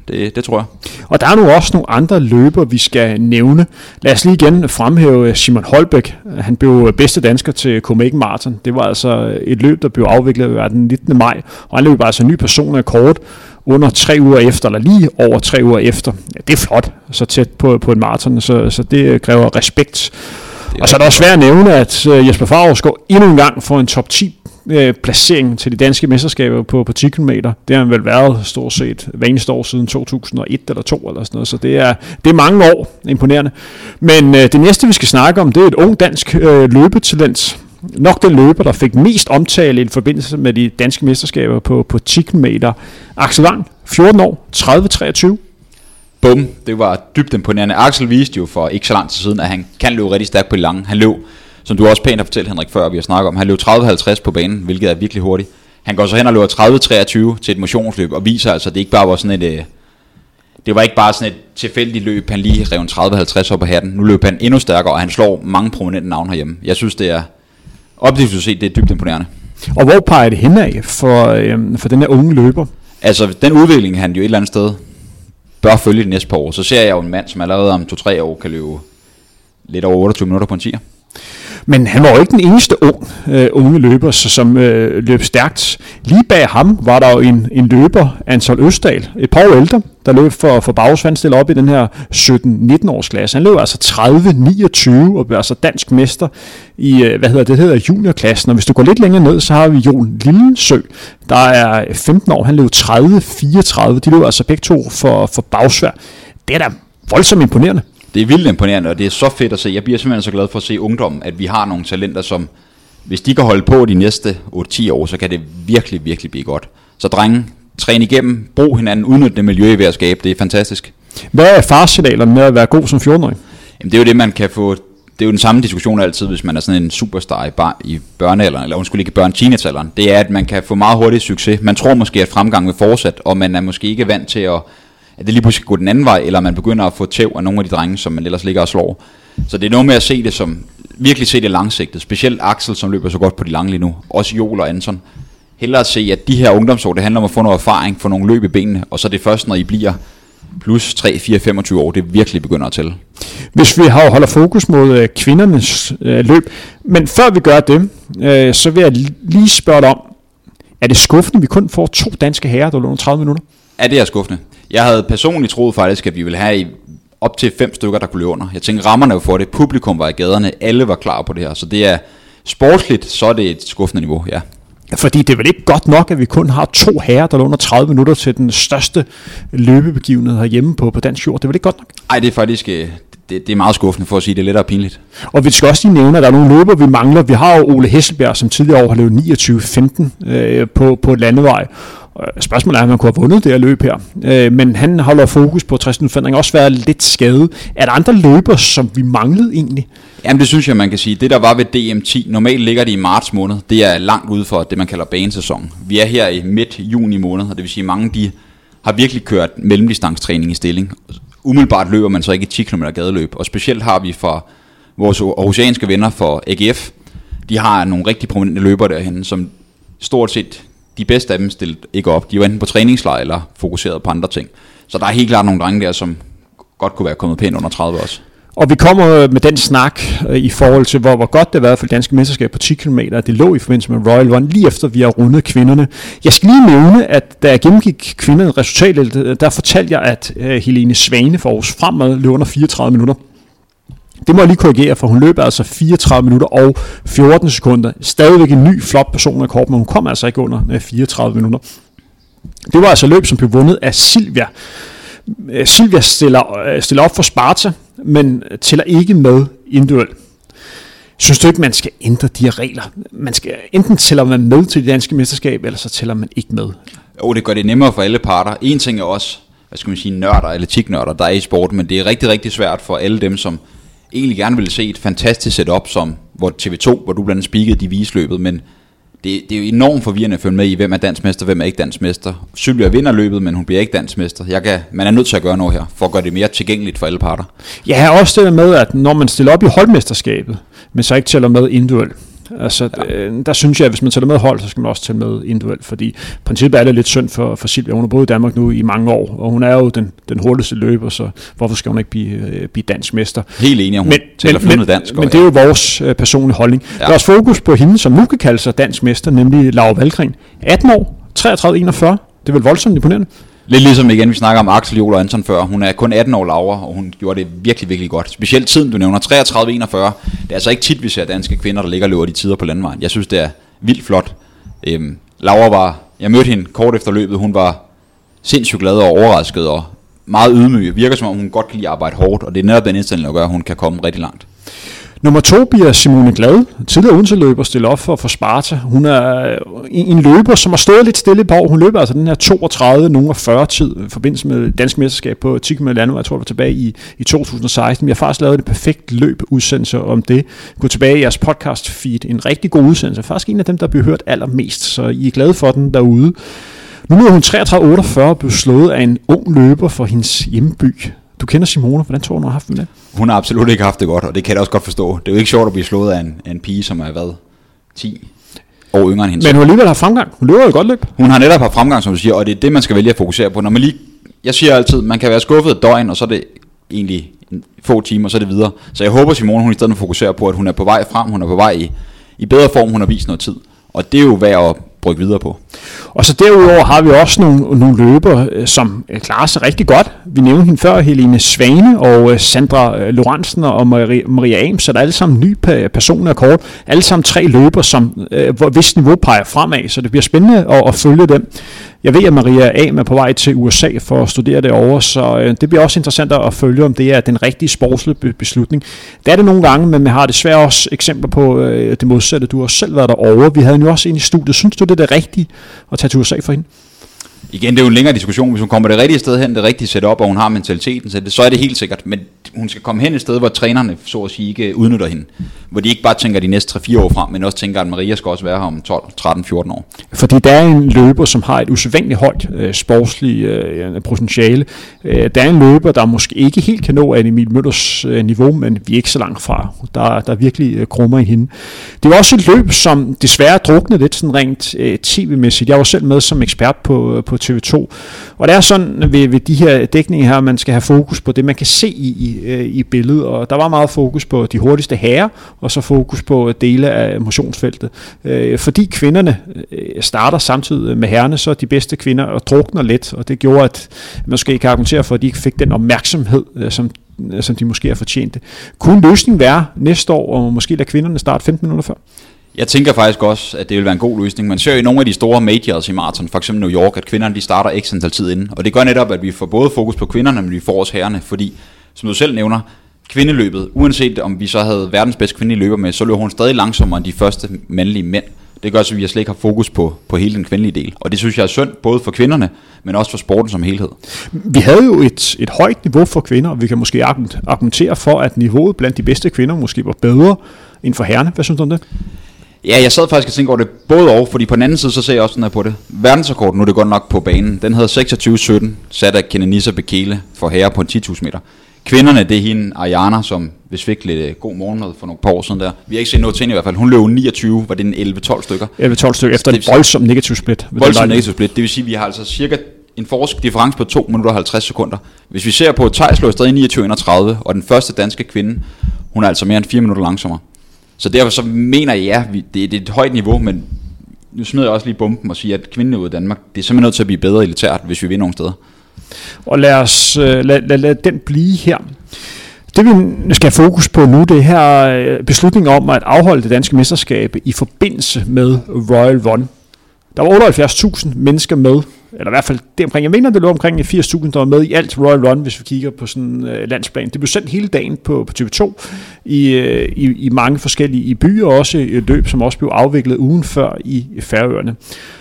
Det, det tror jeg. Og der er nu også nogle andre løber, vi skal nævne. Lad os lige igen fremhæve Simon Holbæk. Han blev bedste dansker til Copenhagen Marathon. Det var altså et løb, der blev afviklet den nittende maj, og han løb altså en ny personrekord under tre uger efter, eller lige over tre uger efter. Ja, det er flot, så tæt på, på en maraton, så, så det kræver respekt. Og så er det også svært at nævne, at Jesper Favrskov endnu en gang får en top ti øh, placering til de danske mesterskaber på, på ti kilometer. Det har han vel været stort set hver eneste år siden to tusind og et eller to eller sådan noget, så det er, det er mange år imponerende. Men øh, det næste, vi skal snakke om, det er et ung dansk øh, løbetalent. Nok den løber, der fik mest omtale i forbindelse med de danske mesterskaber på, på ti kilometer. Axel Wang, fjorten år, tredive treogtyve. Bum, det var dybt imponerende. Axel viste jo for ikke så lang tid siden, at han kan løbe rigtig stærkt på de lange. Han løb, som du også pænt har fortalt, Henrik, før vi har snakket om, han løb tredive halvtreds på banen, hvilket er virkelig hurtigt. Han går så hen og løber tredive treogtyve til et motionsløb, og viser altså, at det ikke bare var sådan et... Det var ikke bare sådan et tilfældigt løb, han lige rev en tredive halvtreds op på hatten. Nu løb han endnu stærkere, og han slår mange prominente navne herhjemme. Jeg synes, det er... Objektivt set, det er dybt imponerende. Og hvor peger det henad for, øhm, for den her unge løber? Altså, den udvikling, han jo et eller andet sted bør følge de næste par år. Så ser jeg jo en mand, som allerede om to-tre år kan løbe lidt over otteogtyve minutter på en tier. Men han var jo ikke den eneste ung, øh, unge løber, så, som øh, løb stærkt. Lige bag ham var der jo en, en løber, Anton Østdal, et par år ældre, der løb for, for Baus. Han stillede op i den her sytten nitten års klasse. Han løb altså tredive niogtyve og blev altså dansk mester i, øh, hvad hedder det, hedder juniorklassen. Og hvis du går lidt længere ned, så har vi Jon Lillesø, der er femten år. Han løb tredive fireogtredive. De løb altså begge to for, for Bausvær. Det er da voldsomt imponerende. Det er vildt imponerende, og det er så fedt at se. Jeg bliver simpelthen så glad for at se ungdommen, at vi har nogle talenter, som hvis de kan holde på de næste otte til ti år, så kan det virkelig, virkelig blive godt. Så drenge, træn igennem, brug hinanden, udnyt det miljø ved at skabe. Det er fantastisk. Hvad er farsignalerne med at være god som fjorten-årig? Jamen, det er jo det, man kan få. Det er jo den samme diskussion altid, hvis man er sådan en superstar i, bar, i børnealderen, eller undskyld ikke børne teenagealderen. Det er, at man kan få meget hurtigt succes. Man tror måske, at fremgang vil fortsætte, og man er måske ikke vant til at at det lige pludselig går den anden vej, eller man begynder at få tæv af nogle af de drenge, som man ellers ligger og slår. Så det er noget med at se det som, virkelig se det langsigtet. Specielt Axel, som løber så godt på de lange lige nu. Også Joel og Anton. Hellere at se, at de her ungdomsår, det handler om at få noget erfaring, få nogle løb i benene, og så er det først, når I bliver plus tre, fire, femogtyve år, det virkelig begynder at tælle. Hvis vi har holder fokus mod øh, kvindernes øh, løb, men før vi gør det, øh, så vil jeg lige spørge dig om, er det skuffende, vi kun får to danske herrer, der løber tredive minutter? Ja, det er skuffende. Jeg havde personligt troet faktisk, at vi ville have op til fem stykker, der kunne løbe under. Jeg tænkte, rammerne var for det. Publikum var i gaderne. Alle var klar på det her. Så det er sportsligt, så er det et skuffende niveau, ja. Fordi det er vel ikke godt nok, at vi kun har to herrer, der løber tredive minutter til den største løbebegivenhed herhjemme på, på dansk jord. Det er vel ikke godt nok? Nej, det er faktisk det, det er meget skuffende for at sige, det er lidt og pinligt. Og vi skal også lige nævne, at der er nogle løber, vi mangler. Vi har jo Ole Hesselbjerg, som tidligere år har løbet niogtyve femten øh, på, på et landevej. Spørgsmålet er, om man kunne have vundet det her løb her. Øh, men han holder fokus på Tristan Fendring, også været lidt skadet. Er der andre løber, som vi manglede egentlig? Jamen det synes jeg, man kan sige. Det der var ved D M ti, normalt ligger det i marts måned. Det er langt ude for det, man kalder banesæson. Vi er her i midt juni måned, og det vil sige, at mange de har virkelig kørt mellemdistancetræning i stilling. Umiddelbart løber man så ikke ti kilometer gadeløb, og specielt har vi fra vores aarhusianske venner for A G F, de har nogle rigtig prominente løbere derhen, som stort set de bedste af dem stillede ikke op. De var enten på træningslejr eller fokuseret på andre ting. Så der er helt klart nogle drenge der, som godt kunne være kommet pænt under tredive også. Og vi kommer med den snak øh, i forhold til, hvor, hvor godt det har været for det danske mesterskab på ti kilometer. Det lå i forbindelse med Royal Run, lige efter vi har rundet kvinderne. Jeg skal lige nævne, at da jeg gennemgik kvinderne resultatet, der fortalte jeg, at øh, Helene Svane for Aarhus Fremad løb under fireogtredive minutter. Det må jeg lige korrigere, for hun løb altså fireogtredive minutter og fjorten sekunder. Stadigvæk en ny flot personrekord, men hun kom altså ikke under fireogtredive minutter. Det var altså løb, som blev vundet af Silvia. Silvia stiller, stiller op for Sparta, men tæller ikke med individuelt. Synes du ikke, man skal ændre de her regler? Man skal enten tæller man med til det danske mesterskab, eller så tæller man ikke med. Jo, det gør det nemmere for alle parter. En ting er også, hvad skal man sige, nørder, atletiknørder, der er i sporten, men det er rigtig, rigtig svært for alle dem, som egentlig gerne ville se et fantastisk setup, som hvor T V to, hvor du blandt andet speakede, de viste løbet, men det, det er jo enormt forvirrende at følge med i, hvem er dansmester, hvem er ikke dansmester. Sylvia vinder løbet, men hun bliver ikke dansmester. Jeg kan, man er nødt til at gøre noget her, for at gøre det mere tilgængeligt for alle parter. Jeg har også det med, at når man stiller op i holdmesterskabet, men så ikke tæller med individuelt, Altså, ja. der synes jeg, at hvis man tager med hold, så skal man også tage med individuelt, fordi princippet er det lidt synd for, for Silvia. Hun har boet i Danmark nu i mange år, og hun er jo den, den hurtigste løber, så hvorfor skal hun ikke blive, øh, blive dansk mester? Helt enig, hun men, taler flydende dansk. Men, men det er jo vores øh, personlige holdning. Ja. Der er også fokus på hende, som nu kan kalde sig dansk mester, nemlig Laura Valgren. atten år, treogtredive enogfyrre. Det er vel voldsomt imponerende. Lidt ligesom igen, vi snakker om Axel Jol og Anton før. Hun er kun atten år, Laura, og hun gjorde det virkelig, virkelig godt. Specielt tiden, du nævner, treogtredive enogfyrre. Det er altså ikke tit, vi ser danske kvinder, der ligger og løber de tider på landvejen. Jeg synes, det er vildt flot. Øhm, Laura var, jeg mødte hende kort efter løbet, hun var sindssygt glad og overrasket og meget ydmyg. Virker som om, hun godt kan lide at arbejde hårdt, og det er netop den indstilling, der gør, at hun kan komme rigtig langt. Nummer to bliver Simone Glad, tidligere Odense-løber, stiller op for, for Sparta. Hun er en løber, som har stået lidt stille på. Hun løber altså den her toogtredive, nogle fyrre tid i forbindelse med dansk mesterskab på ti kilometer landevej. Jeg tror, det var tilbage i, i to tusind og seksten. Vi har faktisk lavet et perfekt løb udsendelse om det. Gå tilbage i jeres podcast feed. En rigtig god udsendelse. Faktisk en af dem, der bliver hørt allermest, så I er glade for den derude. Nu er hun treogtredive otteogfyrre og blev slået af en ung løber for hendes hjemby. Du kender Simone, hvordan tror du, hun har haft det? Hun har absolut ikke haft det godt, og det kan jeg også godt forstå. Det er jo ikke sjovt at blive slået af en, af en pige, som er hvad, ti år yngre end hende. Men hun alligevel har fremgang. Hun løber jo godt løb. Hun har netop haft fremgang, som du siger, og det er det, man skal vælge at fokusere på. Når man lige, jeg siger altid, man kan være skuffet et døgn, og så er det egentlig få timer, og så er det videre. Så jeg håber, Simone, hun i stedet fokuserer på, at hun er på vej frem, hun er på vej i, i bedre form, hun har vist noget tid. Og det er jo værd at brygge videre på. Og så derudover har vi også nogle, nogle løber, som klarer sig rigtig godt. Vi nævnte hende før, Helene Svane og Sandra Lorentzen og Maria, Maria Ames, så der er alle sammen nye personer af kort. Alle sammen tre løber, som hvor hvis niveau peger fremad, så det bliver spændende at, at følge dem. Jeg ved, at Maria Am er på vej til U S A for at studere derovre, så det bliver også interessant at følge, om det er den rigtige sportslige beslutning. Det er det nogle gange, men man har desværre også eksempler på det modsatte. Du har selv været derovre. Vi havde jo også en i studiet. Synes du, det er det rigtige at tage til U S A for hende? Igen, det er jo en længere diskussion. Hvis hun kommer det rigtige sted hen, det rigtige setup, og hun har mentaliteten, så, det, så er det helt sikkert. Men hun skal komme hen et sted, hvor trænerne så at sige ikke udnytter hende. Hvor de ikke bare tænker de næste tre fire år frem, men også tænker, at Maria skal også være her om tolv, tretten, fjorten år. Fordi der er en løber, som har et usædvanligt højt øh, sportsligt øh, potentiale. Øh, der er en løber, der måske ikke helt kan nå af Emil Møllers øh, niveau, men vi er ikke så langt fra. Der, der er virkelig øh, krummer i hende. Det er også et løb, som desværre druknede lidt sådan rent øh, tv-mæssigt. Jeg var selv med som ekspert på, på T V to. Og det er sådan ved, ved de her dækninger her, man skal have fokus på det, man kan se i, i, i billedet. Og der var meget fokus på de hurtigste herrer, og så fokus på dele af motionsfeltet. Øh, fordi kvinderne starter samtidig med herrerne, så er de bedste kvinder og drukner let, og det gjorde, at man måske kan argumentere for, at de ikke fik den opmærksomhed, som som de måske har fortjent det. Kunne løsningen være næste år, og måske lade kvinderne starte femten minutter før? Jeg tænker faktisk også, at det vil være en god løsning. Man ser jo i nogle af de store majors i maraton, for eksempel New York, at kvinderne de starter x antal tid inden. Og det gør netop, at vi får både fokus på kvinderne, men vi får også herrerne, fordi, som du selv nævner, kvindeløbet, uanset om vi så havde verdens bedste kvindelige løber med, så løber hun stadig langsommere end de første mandlige mænd. Det gør så, at vi slet ikke har fokus på, på hele den kvindelige del. Og det synes jeg er synd, både for kvinderne, men også for sporten som helhed. Vi havde jo et, et højt niveau for kvinder, og vi kan måske argumentere for, at niveauet blandt de bedste kvinder måske var bedre end for herrerne. Hvad synes du om det? Ja, jeg sad faktisk og tænkte over det både og, fordi på den anden side, så ser jeg også sådan her på det. Verdensrekorden, nu er det godt nok på banen, den hedder seksogtyve sytten, sat af Kenenisa Bekele for herrer på en ti tusind meter. Kvinderne, det er hende Ariana, som hvis fik lidt god morgenmad for nogle par år siden der. Vi har ikke set noget til hende i hvert fald. Hun løb niogtyve, var det en elleve tolv stykker? elleve tolv stykker, efter et voldsomt negativ split. Voldsomt negativ split, det vil sige, at vi har altså cirka en forsk difference på to minutter og halvtreds sekunder. Hvis vi ser på, Theis lå stadig niogtyve enogtredive, og den første danske kvinde, hun er altså mere end fire minutter langsommere. Så derfor så mener jeg, ja, det, det er et højt niveau, men nu smider jeg også lige bomben og siger, at kvinden i Danmark, det er simpelthen nødt til at blive bedre elitært, hvis vi vinder nogle steder. Og lad os lad, lad, lad den blive her. Det vi skal have fokus på nu, det her beslutning om at afholde det danske mesterskab i forbindelse med Royal Run. Der var otteoghalvfjerds tusind mennesker med, eller i hvert fald det omkring, jeg mener det lå omkring firs tusind, der var med i alt Royal Run, hvis vi kigger på sådan en uh, landsplan. Det blev sendt hele dagen på, på T V to i, uh, i, i mange forskellige i byer, og også et løb, som også blev afviklet ugen før i Færøerne.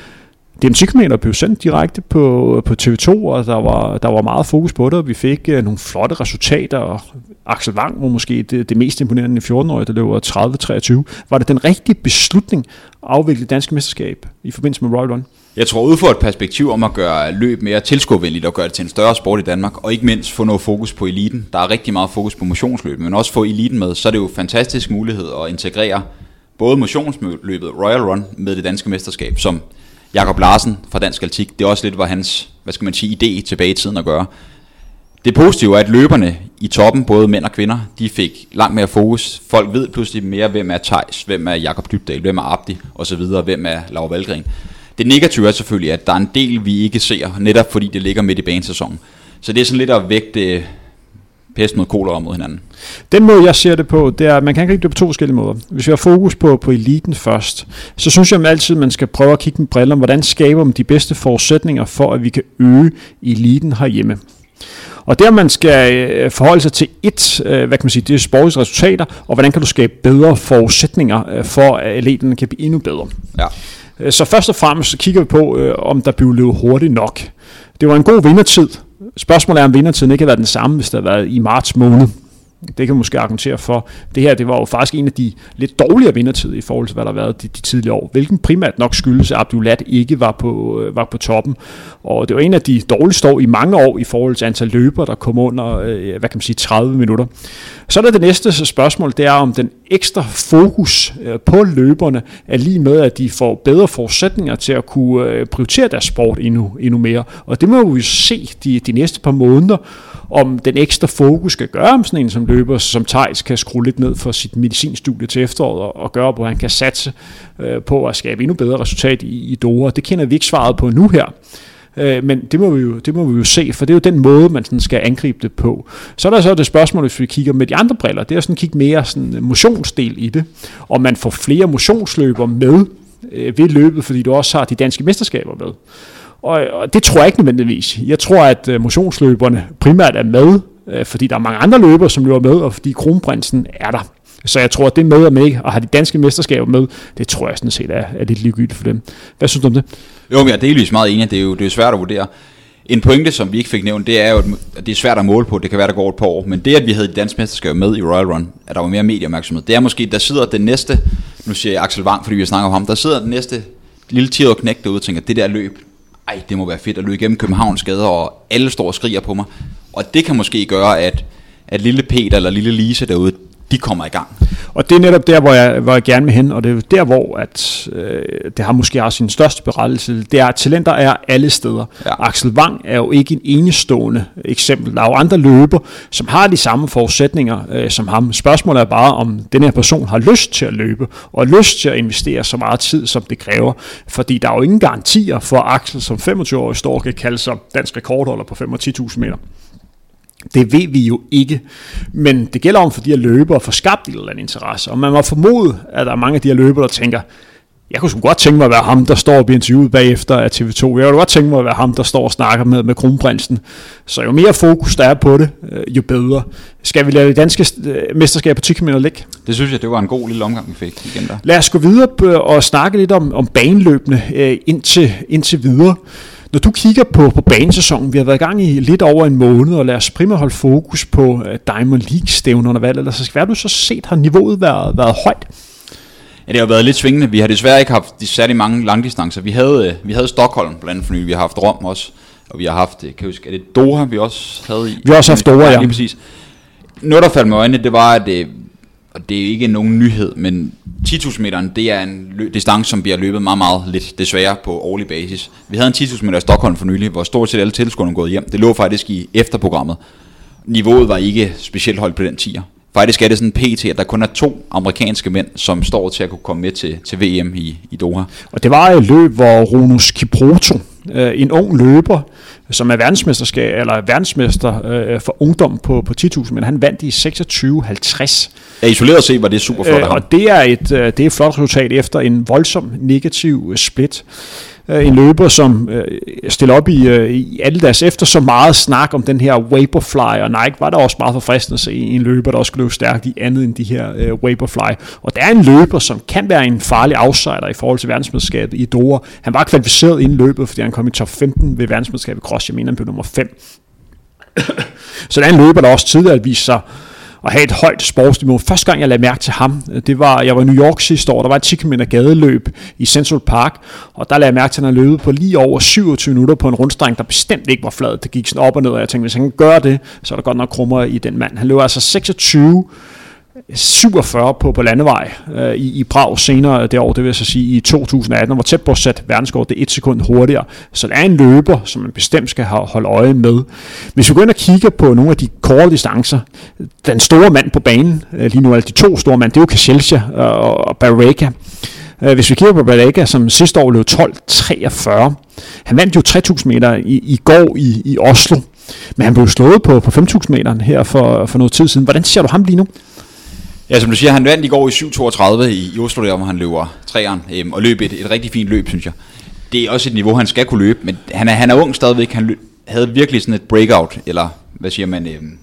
D M ti kilometer blev sendt direkte på, på T V to, og der var, der var meget fokus på det, og vi fik uh, nogle flotte resultater, og Axel Wang var måske det, det mest imponerende fjorten-årige, der løber tredive treogtyve. Var det den rigtige beslutning at afvikle det danske mesterskab i forbindelse med Royal Run? Jeg tror, ud for et perspektiv om at gøre løb mere tilskuervenligt og gøre det til en større sport i Danmark, og ikke mindst få noget fokus på eliten. Der er rigtig meget fokus på motionsløb, men også få eliten med, så er det jo en fantastisk mulighed at integrere både motionsløbet Royal Run med det danske mesterskab, som Jakob Larsen fra Dansk Atletik, det er også lidt var hans, hvad skal man sige, idé tilbage i tiden at gøre. Det positive er, at løberne i toppen, både mænd og kvinder, de fik langt mere fokus. Folk ved pludselig mere, hvem er Theis, hvem er Jakob Dybdahl, hvem er Abdi osv., hvem er Laura Wahlgren. Det negative er selvfølgelig, at der er en del, vi ikke ser, netop fordi det ligger midt i banesæsonen. Så det er sådan lidt at vægte pest mod kolera mod hinanden. Den måde, jeg ser det på, det er, at man kan gribe det på to forskellige måder. Hvis vi har fokus på, på eliten først, så synes jeg altid, man skal prøve at kigge med briller, hvordan skaber man de bedste forudsætninger for, at vi kan øge eliten herhjemme. Og der man skal forholde sig til et, hvad kan man sige, det er sportslige resultater, og hvordan kan du skabe bedre forudsætninger for, at eliten kan blive endnu bedre. Ja. Så først og fremmest så kigger vi på, om der bliver løbet hurtigt nok. Det var en god vindertid. Spørgsmålet er, om vindertiden ikke har været den samme, hvis det har været i marts måned. Det kan man måske argumentere for. Det her, det var jo faktisk en af de lidt dårligere vindertider i forhold til, hvad der har været de, de tidligere år. Hvilken primært nok skyldes, at Abdul-Lat ikke var på, var på toppen. Og det var en af de dårligste år i mange år i forhold til antal løbere, der kom under, hvad kan man sige, tredive minutter. Så er der det næste spørgsmål, det er, om den ekstra fokus på løberne er lige med, at de får bedre forudsætninger til at kunne prioritere deres sport endnu, endnu mere. Og det må vi jo se de, de næste par måneder, om den ekstra fokus skal gøre, om sådan en som løber, som Theis kan skrue lidt ned for sit medicinstudie til efteråret, og, og gøre, hvor han kan satse øh, på at skabe endnu bedre resultat i, i Doha. Det kender vi ikke svaret på nu her. Øh, men det må, vi jo, det må vi jo se, for det er jo den måde, man sådan skal angribe det på. Så er der så det spørgsmål, hvis vi kigger med de andre briller, det er sådan at kigge mere sådan motionsdel i det, og man får flere motionsløber med øh, ved løbet, fordi du også har de danske mesterskaber med. Og det tror jeg ikke nødvendigvis. Jeg tror, at motionsløberne primært er med, fordi der er mange andre løbere, som løber med, og fordi kronprinsen er der. Så jeg tror, at det med og med, og har de danske mesterskaber med, det tror jeg sådan set er, er lidt ligegyldigt for dem. Hvad synes du om det? Jo, men jeg er delvis meget enig. Det er jo det er svært at vurdere. En pointe, som vi ikke fik nævnt, det er jo, at det er svært at måle på. Det kan være, der går et par år. Men det, at vi havde de danske mesterskaber med i Royal Run, at der var mere medieopmærksomhed, det er måske, der sidder den næste, nu siger jeg Axel Wang, fordi vi snakker om ham, der sidder den næste lille ti-årige knægt derude og tænker, det der løb, ej, det må være fedt at løbe igennem Københavns gader, og alle står og skriger på mig. Og det kan måske gøre, at, at lille Peter eller lille Lise derude, de kommer i gang. Og det er netop der, hvor jeg, hvor jeg gerne vil hen, og det er der, hvor at, øh, det har måske også sin største berettelse. Det er, at talenter er alle steder. Ja. Axel Wang er jo ikke en enestående eksempel. Der er jo andre løber, som har de samme forudsætninger øh, som ham. Spørgsmålet er bare, om den her person har lyst til at løbe, og lyst til at investere så meget tid, som det kræver. Fordi der er jo ingen garantier for, at Axel som femogtyve-årig står og kan kalde sig dansk rekordholder på fem og ti tusind meter. Det ved vi jo ikke, men det gælder om for de her løbere at få skabt en eller anden interesse, og man må formode, at der er mange af de her løbere, der tænker, jeg kunne sgu godt tænke mig at være ham, der står og bliver interviewet bagefter af T V to, jeg kunne godt tænke mig at være ham, der står og snakker med, med kronprinsen, så jo mere fokus der er på det, jo bedre. Skal vi lade det danske mesterskab på ti kilometer ligge? Det synes jeg, det var en god lille omgang, vi fik igen der. Lad os gå videre og snakke lidt om, om baneløbene indtil, indtil videre. Når du kigger på, på banesæsonen, vi har været i gang i lidt over en måned, og lad os primært holde fokus på uh, Diamond League-stævnerne, hvad ellers så skal være, du så set, har niveauet været, været højt? Ja, det har været lidt svingende. Vi har desværre ikke haft de særlig mange langdistancer. Vi havde, vi havde Stockholm blandt andet for nylig, vi har haft Rom også, og vi har haft, kan jeg huske, er det Doha, vi også havde i? Vi har også haft Doha, ja. Lige præcis. Noget, der faldt mig øjnene, det var, at det, og det er ikke nogen nyhed, men ti tusind meteren, det er en lø- distance, som bliver løbet meget, meget lidt, desværre på årlig basis. Vi havde en ti tusind meter i Stockholm for nylig, hvor stort set alle tilskuerne gået hjem. Det lå faktisk i efterprogrammet. Niveauet var ikke specielt højt på den tier. Faktisk er det sådan pt, at der kun er to amerikanske mænd, som står til at kunne komme med til, til V M i, i Doha. Og det var et løb, hvor Runos Kipruto, en ung løber, som er verdensmesterskab eller verdensmester øh, for ungdom på, på ti tusind, men han vandt i seksogtyve halvtreds. Ja, isoleret set var det super flot. Øh, og det er et øh, det er et flot resultat efter en voldsom negativ split. Øh, en løber, som øh, stiller op i, øh, i alle deres efter så meget snak om den her Vaporfly, og Nike var der også meget forfriskende at se en løber, der også skulle løbe stærkt i andet end de her øh, Vaporfly. Og der er en løber, som kan være en farlig outsider i forhold til verdensmesterskabet i Doha. Han var kvalificeret inden løbet, fordi han kom i top femten ved verdensmesterskabet cross. Jeg mener, han blev nummer fem. Så der er en løber, der også tidligere viste sig at have et højt sportsniveau. Første gang jeg lagde mærke til ham, det var, jeg var i New York sidste år, der var et ti kilometer gadeløb i Central Park, og der lagde jeg mærke til, at han løbet på lige over syvogtyve minutter på en rundstreng, der bestemt ikke var flad. Det gik sådan op og ned, og jeg tænkte, hvis han kan gøre det, så er der godt nok krummer i den mand. Han løb altså seksogtyve syvogfyrre på, på landevej øh, i, i Prag senere det år, det vil jeg så sige i to tusind atten, og var tæt på at sætte verdenskort, det er et sekund hurtigere. Så det er en løber, som man bestemt skal holde øje med. Hvis vi går ind og kigger på nogle af de korte distancer, den store mand på banen, øh, lige nu, altså de to store mand, det er jo Kaselja og, og Barega. Hvis vi kigger på Barega, som sidste år løb tolv treogfyrre, han vandt jo tre tusind meter i, i går i, i Oslo, men han blev slået på, på fem tusind meteren her for, for noget tid siden. Hvordan ser du ham lige nu? Ja, som du siger, han vandt i går i syv toogtredive i, i Oslo, der hvor han løber træeren, øhm, og løb et, et rigtig fint løb, synes jeg. Det er også et niveau, han skal kunne løbe, men han er, han er ung stadigvæk. Han løb, havde virkelig sådan et breakout, eller hvad siger man... Øhm,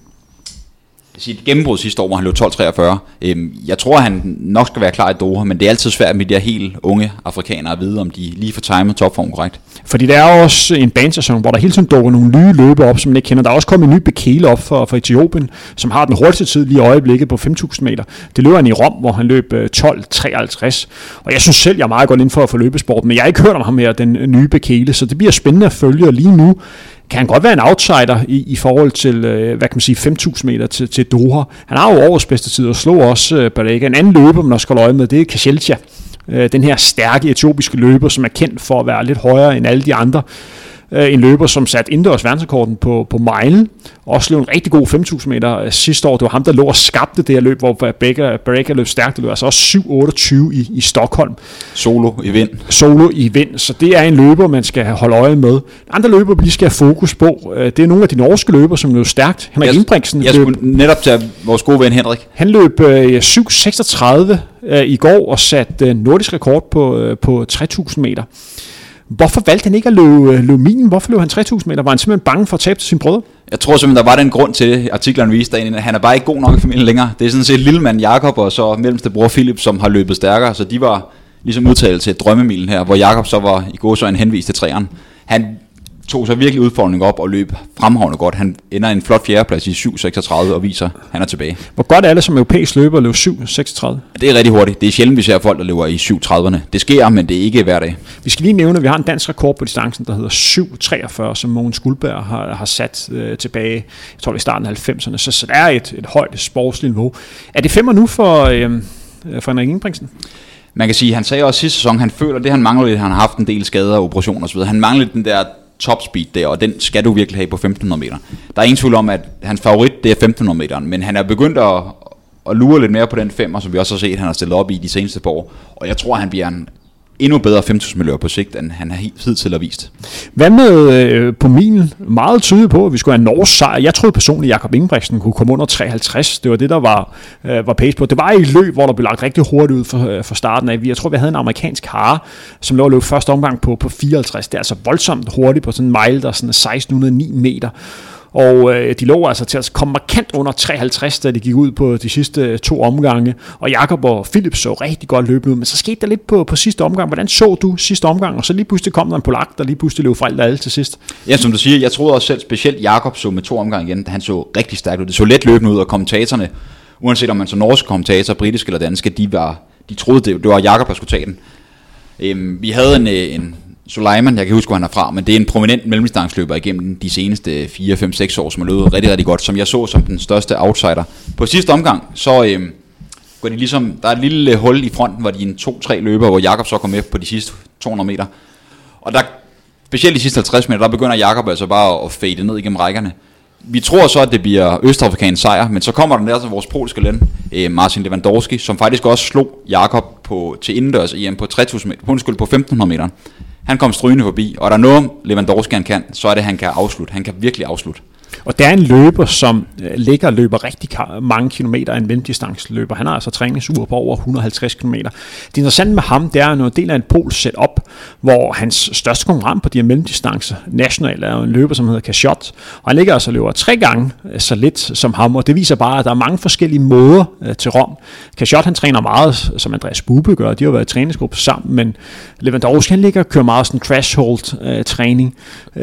sit gennembrud sidste år, hvor han løb tolv treogfyrre. Jeg tror, han nok skal være klar i Doha, men det er altid svært med de her helt unge afrikanere at vide, om de lige får timet topform korrekt. Fordi der er også en banestation, hvor der hele tiden dukker nogle nye løber op, som man ikke kender. Der er også kommet en ny Bekele op for, for Etiopien, som har den hurtigste tid lige i øjeblikket på fem tusind meter. Det løber han i Rom, hvor han løb tolv treoghalvtreds. Og jeg synes selv, jeg er meget godt inden for at få løbesport, men jeg har ikke hørt om ham her, den nye Bekele, så det bliver spændende at følge, og lige nu kan han godt være en outsider i, i forhold til, øh, hvad kan man sige, fem tusind meter til, til Doha. Han har jo årets bedste tid og slog også øh, Barega. En anden løber, man også skal øje med, det er Kaselja. Øh, den her stærke etiopiske løber, som er kendt for at være lidt højere end alle de andre. Øh, en løber, som satte indendørs verdensrekorden på, på milen. Også løb en rigtig god fem tusind meter sidste år. Det var ham, der lå og skabte det her løb, hvor Barega, Barega løb stærkt. Det løb altså også syv otteogtyve i, i Stockholm. Solo i vind. Solo i vind. Så det er en løber, man skal holde øje med. Andre løber, vi skal have fokus på, det er nogle af de norske løber, som løb stærkt. Henrik jeg, Ingebrigtsen jeg skulle netop tage vores gode ven Henrik. Han løb øh, syv seksogtredive øh, i går og satte øh, nordisk rekord på, øh, på tre tusind meter. Hvorfor valgte han ikke at løbe, løbe minen? Hvorfor løb han tre tusind meter? Var han simpelthen bange for at tabe til sine brødre? Jeg tror simpelthen, der var den grund til det, artiklerne viste derinde. Han er bare ikke god nok i familien længere. Det er sådan set lille mand Jakob og så mellemste bror Philip, som har løbet stærkere. Så de var ligesom udtaget til drømmemilen her, hvor Jakob så var i gåseøjne henvist til træeren. Han tog sig virkelig udfordring op og løb fremragende godt. Han ender i en flot fjerdeplads i syv seksogtredive og viser, at han er tilbage. Hvor godt er det som europæisk løber at løbe syv seksogtredive? Det er rigtig hurtigt. Det er sjældent, vi ser folk, der løber i syv trediverne. Det sker, men det er ikke hver dag. Vi skal lige nævne, at vi har en dansk rekord på distancen, der hedder syv treogfyrre, som Mogens Guldberg har, har sat øh, tilbage, jeg tror det er i starten af halvfemserne. Så, så der er et, et højt sportsligt niveau. Er det femmer nu for, øh, for Henrik Ingebrigtsen? Man kan sige, han sagde også sidste sæson, han føler det, han mangler lidt. Han har haft en del skader og operationer osv. Han mangler den der top speed der, og den skal du virkelig have på femten hundrede meter. Der er ingen tvivl om, at hans favorit, det er femten hundrede meteren, men han er begyndt at, at lure lidt mere på den femmer, som vi også har set, han har stillet op i de seneste par år, og jeg tror, han bliver en endnu bedre fem tusind meter på sigt, end han har hidtil har vist. Hvad med øh, på milen? Meget tydeligt på, at vi skulle have en norsk sejr. Jeg troede personligt, at Jakob Ingebrigtsen kunne komme under treoghalvtreds. Det var det, der var, øh, var pace på. Det var i løb, hvor der blev lagt rigtig hurtigt ud for, øh, for starten af. Jeg tror, vi havde en amerikansk hare, som lå og løb første omgang på, på fireoghalvtreds. Det er altså voldsomt hurtigt på sådan en mile, der er sådan seksten hundrede og ni meter. Og øh, de lå altså til at komme markant under treoghalvtreds, da de gik ud på de sidste to omgange. Og Jakob og Philip så rigtig godt løbende ud, men så skete der lidt på, på sidste omgang. Hvordan så du sidste omgang? Og så lige pludselig kom der en polak, der lige pludselig løb fra alt alle til sidst. Ja, som du siger, jeg troede også selv, specielt Jakob så med to omgang igen, han så rigtig stærkt ud. Det så let løbende ud, og kommentatorerne, uanset om man så norske kommentatorer, britiske eller danske, de, var, de troede, det, det var Jakob, der skulle tage den. Øhm, vi havde en... en Suleiman, jeg kan huske, hvor han er fra, men det er en prominent mellemdistanceløber igennem de seneste fire, fem, seks år, som har løbet rigtig, rigtig godt, som jeg så som den største outsider. På sidste omgang, så øhm, går de ligesom, der er et lille hul i fronten, hvor de er en to tre løber, hvor Jakob så kommer med på de sidste to hundrede meter. Og der, specielt de sidste halvtreds meter, der begynder Jakob altså bare at fade ned igennem rækkerne. Vi tror så, at det bliver østafrikansk sejr, men så kommer den der til vores polske len, øh, Marcin Lewandowski, som faktisk også slog Jakob på, til indendørs E M på tre tusind meter, på undskyld på femten hundrede meter. Han kom strygende forbi, og der er noget Lewandowski han kan, så er det, han kan afslutte. Han kan virkelig afslutte. Og der er en løber, som ligger og løber rigtig mange kilometer af en mellemdistanceløber. Han har altså træningsuger på over et hundrede og halvtreds kilometer. Det interessante med ham, det er en del af en pols setup, hvor hans største konkurrent på de her mellemdistancer nationalt er en løber, som hedder Kashot. Og han ligger altså og løber tre gange så lidt som ham, og det viser bare, at der er mange forskellige måder til Rom. Kashot, han træner meget, som Andreas Bube gør, de har været i træningsgruppe sammen, men Lewandowski, han ligger og kører meget sådan threshold-træning.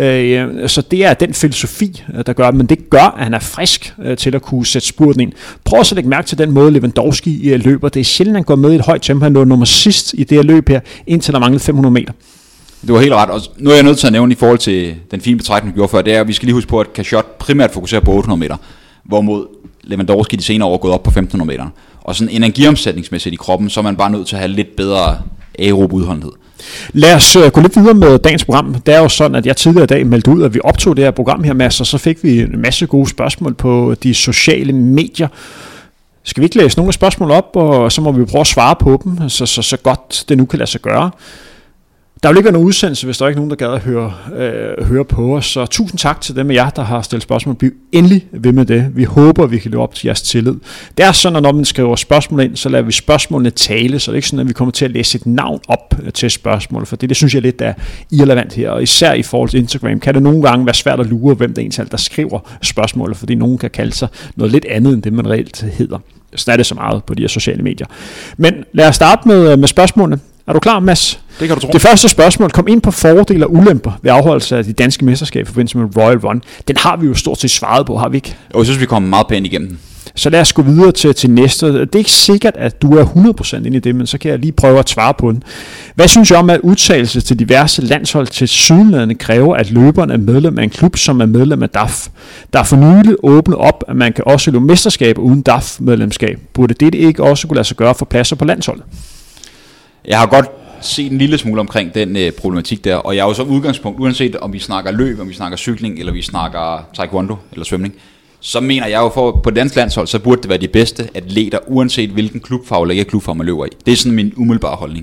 Så det er den filosofi, der gør, men det gør, at han er frisk øh, til at kunne sætte spurten ind. Prøv at lægge mærke til den måde, Lewandowski øh, løber. Det er sjældent, han går med i et højt tempo. Han lå nummer sidst i det her løb her, indtil der manglede fem hundrede meter. Du har helt ret, og nu er jeg nødt til at nævne i forhold til den fine betragtning, vi gjorde før, det er, at vi skal lige huske på, at Kashot primært fokuserer på otte hundrede meter, hvorimod Lewandowski de senere år er gået op på femten hundrede meter. Og sådan energiomsætningsmæssigt i kroppen, så er man bare nødt til at have lidt bedre aerob udholdenhed. Lad os uh, gå lidt videre med dagens program. Det er jo sådan, at jeg tidligere i dag meldte ud, at vi optog det her program her, Mads, og så fik vi en masse gode spørgsmål på de sociale medier. Skal vi ikke læse nogle af spørgsmål op, og så må vi prøve at svare på dem, så, så, så godt det nu kan lade sig gøre. Der vil ikke være nogen udsendelse, hvis der er ikke nogen, der gad at høre, øh, høre på os. Så tusind tak til dem af jer, der har stillet spørgsmål. Bliv endelig ved med det. Vi håber, vi kan leve op til jeres tillid. Det er sådan, at når man skriver spørgsmål ind, så lader vi spørgsmålene tale, så det er ikke sådan, at vi kommer til at læse et navn op til spørgsmål, for det, det synes jeg lidt er irrelevant her. Og især i forhold til Instagram kan det nogle gange være svært at lure, hvem der egentlig der skriver spørgsmål, fordi nogen kan kalde sig noget lidt andet, end det man reelt hedder. Sådan er det så meget på de her sociale medier. Men lad os starte med, med spørgsmålene. Er du klar, Mads? Det kan du tro. Det første spørgsmål kom ind på fordele og ulemper ved afholdelse af de danske mesterskab i forbindelse med Royal Run. Den har vi jo stort set svaret på, har vi ikke? Jeg synes, vi kommer meget pænt igennem den. Så lad os gå videre til, til næste. Det er ikke sikkert, at du er hundrede procent inde i det, men så kan jeg lige prøve at svare på den. Hvad synes jeg om, at udtalelse til diverse landshold til sydenladende kræver, at løberen er medlem af en klub, som er medlem af D A F? Der er for nylig åbnet op, at man kan også løbe mesterskab uden D A F-medlemskab. Burde det ikke også kunne lade sig gøre for pladser på landsholdet? Jeg har godt set en lille smule omkring den øh, problematik der, og jeg er jo som udgangspunkt, uanset om vi snakker løb, om vi snakker cykling, eller vi snakker taekwondo eller svømning, så mener jeg jo, for på dansk landshold, så burde det være de bedste atleter, uanset hvilken klubfarve eller ikke klubfarve man løber i. Det er sådan min umiddelbare holdning.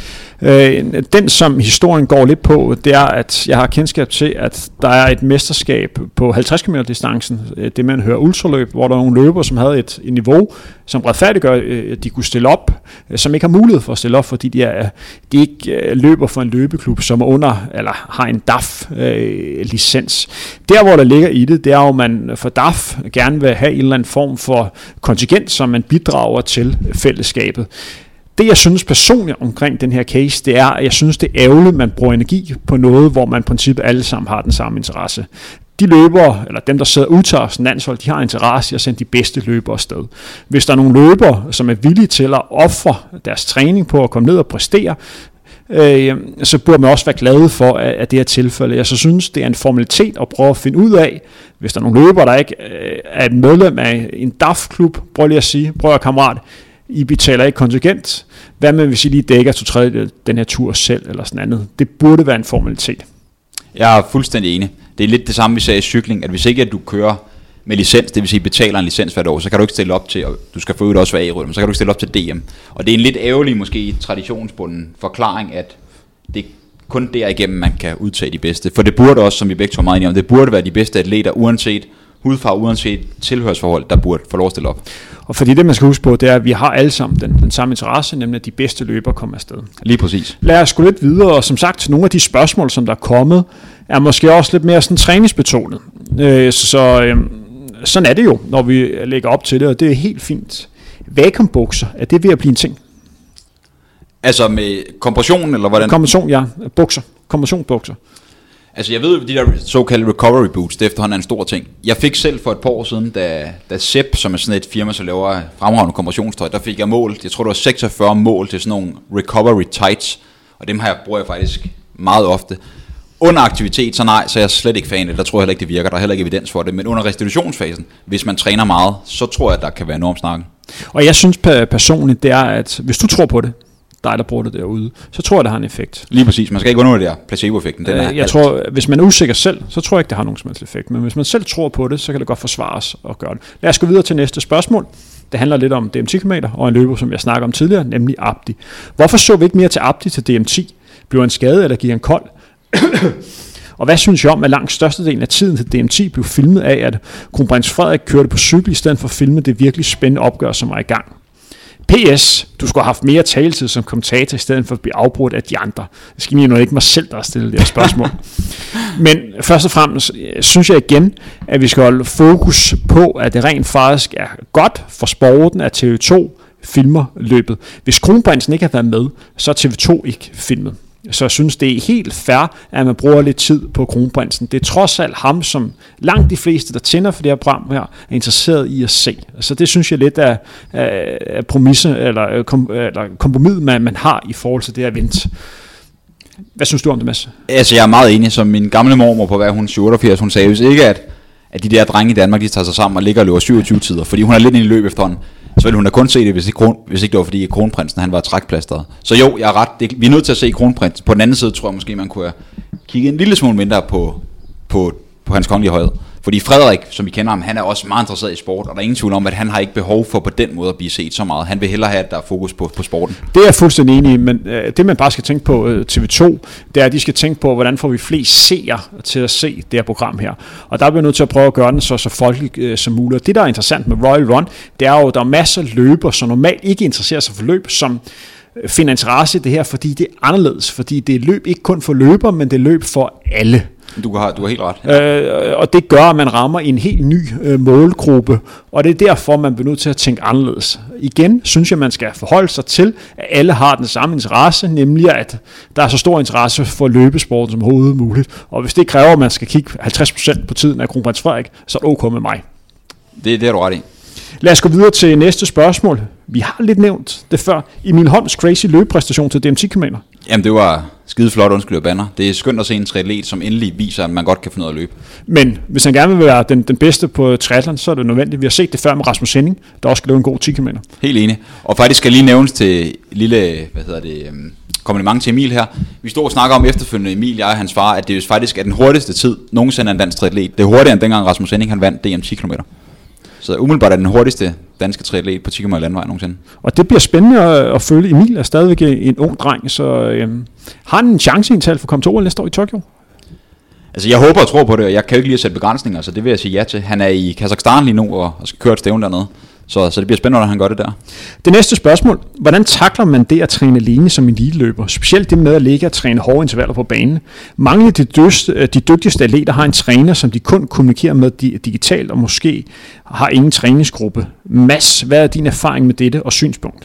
Øh, den, som historien går lidt på, det er, at jeg har kendskab til, at der er et mesterskab på halvtreds kilometer distancen, det man hører ultraløb, hvor der er nogle løbere, som havde et, et niveau, som retfærdiggør, at de kunne stille op, som ikke har mulighed for at stille op, fordi de, er, de ikke løber for en løbeklub, som er under, eller har en D A F-licens. Der, hvor der ligger i det, det er jo, at man for D A F gerne vil have en eller anden form for kontingent, som man bidrager til fællesskabet. Det, jeg synes personligt omkring den her case, det er, at jeg synes, det er ærgerligt, at man bruger energi på noget, hvor man i princippet alle sammen har den samme interesse. De løbere, eller dem, der sidder og udtager sådan landshold, de har interesse i at sende de bedste løbere afsted. Hvis der er nogle løbere, som er villige til at ofre deres træning på at komme ned og præstere, øh, så burde man også være glad for, at, at det her tilfælde. Jeg så synes, det er en formalitet at prøve at finde ud af, hvis der er nogle løbere, der ikke øh, er et medlem af en D A F-klub, prøv lige at sige, prøv at kammerat, I betaler ikke kontingent. Hvad med, hvis I lige dækker to tredjedel den her tur selv, eller sådan andet? Det burde være en formalitet. Jeg er fuldstændig enig. Det er lidt det samme, vi sagde i cykling, at hvis ikke at du kører med licens, det vil sige betaler en licens hvert år, så kan du ikke stille op til, og du skal få ud også være A-rytter, så kan du ikke stille op til D M. Og det er en lidt ærgerlig, måske traditionsbunden forklaring, at det kun derigennem, man kan udtage de bedste. For det burde også, som vi begge to er meget enige om, det burde være de bedste atleter, uanset hudfarve, uanset tilhørsforhold, der burde få lov at stille op. Og fordi det, man skal huske på, det er, at vi har alle sammen den, den samme interesse, nemlig at de bedste løbere kommer afsted. Lige præcis. Lad os gå lidt videre, og som sagt, nogle af de spørgsmål, som der er kommet, er måske også lidt mere sådan træningsbetonet. Øh, så øh, sådan er det jo, når vi lægger op til det, og det er helt fint. Vakuumbukser, er det ved at blive en ting? Altså med kompression, eller hvordan? Kompression, ja. Bukser. Kompressionsbukser. Altså jeg ved, de der såkaldte recovery boots, det efterhånden er en stor ting. Jeg fik selv for et par år siden, da, da Sepp, som er sådan et firma, som laver fremragende kompressionstøj, der fik jeg målt, jeg tror det var seksogfyrre mål til sådan nogle recovery tights, og dem her bruger jeg faktisk meget ofte. Under aktivitet, så nej, så er jeg slet ikke fan af det, der tror jeg heller ikke, det virker, der er heller ikke evidens for det, men under restitutionsfasen, hvis man træner meget, så tror jeg, at der kan være enormt snakken. Og jeg synes personligt, det er, at hvis du tror på det, dig, der bruger det derude, så tror jeg, det har en effekt. Lige præcis. Man skal ikke undervurdere placebo-effekten. Den er jeg alt. tror, hvis man er usikker selv, så tror jeg ikke, det har nogen som helst effekt. Men hvis man selv tror på det, så kan det godt forsvares og gøre det. Lad os gå videre til næste spørgsmål. Det handler lidt om D M ti-kilometer og en løber, som jeg snakker om tidligere, nemlig Abdi. Hvorfor så vi ikke mere til Abdi til D M ti? Blev han skadet, eller gik han kold? Og hvad synes jeg om, at langt størstedelen af tiden til D M ti blev filmet af, at kronprins Frederik kørte på cykel, i stedet for at filme det virkelig spændende opgør, som var i gang? P S. Du skulle have haft mere taletid som kommentator, i stedet for at blive afbrudt af de andre. Det skal jo ikke mig selv, der har stillet det her spørgsmål. Men først og fremmest synes jeg igen, at vi skal holde fokus på, at det rent faktisk er godt for sporten, at T V to filmer løbet. Hvis kronprinsen ikke har været med, så er T V to ikke filmet. Så jeg synes, det er helt fair, at man bruger lidt tid på kronprinsen. Det er trods alt ham, som langt de fleste, der tænder for det her program her, er interesseret i at se. Så det synes jeg lidt er, er præmisse, eller, kom, eller kompromis, man, man har i forhold til det her event. Hvad synes du om det, Mads? Altså, jeg er meget enig, som min gamle mormor på, hvad hun syvogfirs, hun sagde, hvis ikke, at, at de der drenge i Danmark, de tager sig sammen og ligger og løber syvogtyve tider, fordi hun er lidt inde i løb efterhånden. så ville hun da kun se det, hvis ikke, kron, hvis ikke det var fordi kronprinsen han var trækplasteret. Så jo, jeg er ret. Det, vi er nødt til at se kronprinsen. På den anden side tror jeg måske, man kunne kigge en lille smule mindre på, på, på hans kongelige højhed. Fordi Frederik, som vi kender ham, han er også meget interesseret i sport, og der er ingen tvivl om, at han har ikke behov for på den måde at blive set så meget. Han vil hellere have, at der er fokus på, på sporten. Det er jeg fuldstændig enig i, men øh, det man bare skal tænke på øh, T V to, det er, at de skal tænke på, hvordan får vi flest seere til at se det her program her. Og der bliver nødt til at prøve at gøre den så, så folkelig øh, som muligt. Og det, der er interessant med Royal Run, det er jo, at der er masser af løber, som normalt ikke interesserer sig for løb, som finder interesse i det her, fordi det er anderledes. Fordi det er løb ikke kun for løber, men det er løb for alle. Du har, du har helt ret. Ja. Øh, og det gør, at man rammer en helt ny øh, målgruppe, og det er derfor, man bliver nødt til at tænke anderledes. Igen synes jeg, man skal forholde sig til, at alle har den samme interesse, nemlig at der er så stor interesse for løbesporten som overhovedet muligt. Og hvis det kræver, at man skal kigge halvtreds procent på tiden af kronprins Frederik, så er det ok med mig. Det, det er du ret i. Lad os gå videre til næste spørgsmål. Vi har lidt nævnt det før. Emil Holms crazy løbepræstation til D M ti-kilometer. Jamen det var skide flot, undskyld jeg bander. Det er skønt at se en triatlet, som endelig viser, at man godt kan finde ud af at løbe. Men hvis han gerne vil være den, den bedste på triathlon, så er det nødvendigt. Vi har set det før med Rasmus Henning, der også skal løbe en god ti-kilometer. Helt enig. Og faktisk skal lige nævnes til lille, hvad hedder det, um, kompliment til Emil her. Vi stod og snakker om efterfølgende, Emil, jeg og hans far, at det faktisk er den hurtigste tid nogensinde af en dansk triatlet. Det er hurtigere end dengang Rasmus Henning han vandt D M ti-kilometer. Så umiddelbart er den hurtigste danske triatlet på ti kilometer landvej nogensinde. Og det bliver spændende at, at følge. Emil er stadigvæk en ung dreng, så øhm, har han en chance i en tal for at komme til O L næste år i Tokyo? Altså jeg håber og tror på det, og jeg kan jo ikke lige at sætte begrænsninger, så det vil jeg sige ja til. Han er i Kazakhstan lige nu og, og skal køre et stævne dernede. Så, så det bliver spændende, når han gør det der. Det næste spørgsmål. Hvordan takler man det at træne alene som eliteløber? Specielt det med at ligge og træne hårde intervaller på banen. Mange af de, døste, de dygtigste atleter har en træner, som de kun kommunikerer med digitalt, og måske har ingen træningsgruppe. Mads, hvad er din erfaring med dette og synspunkt?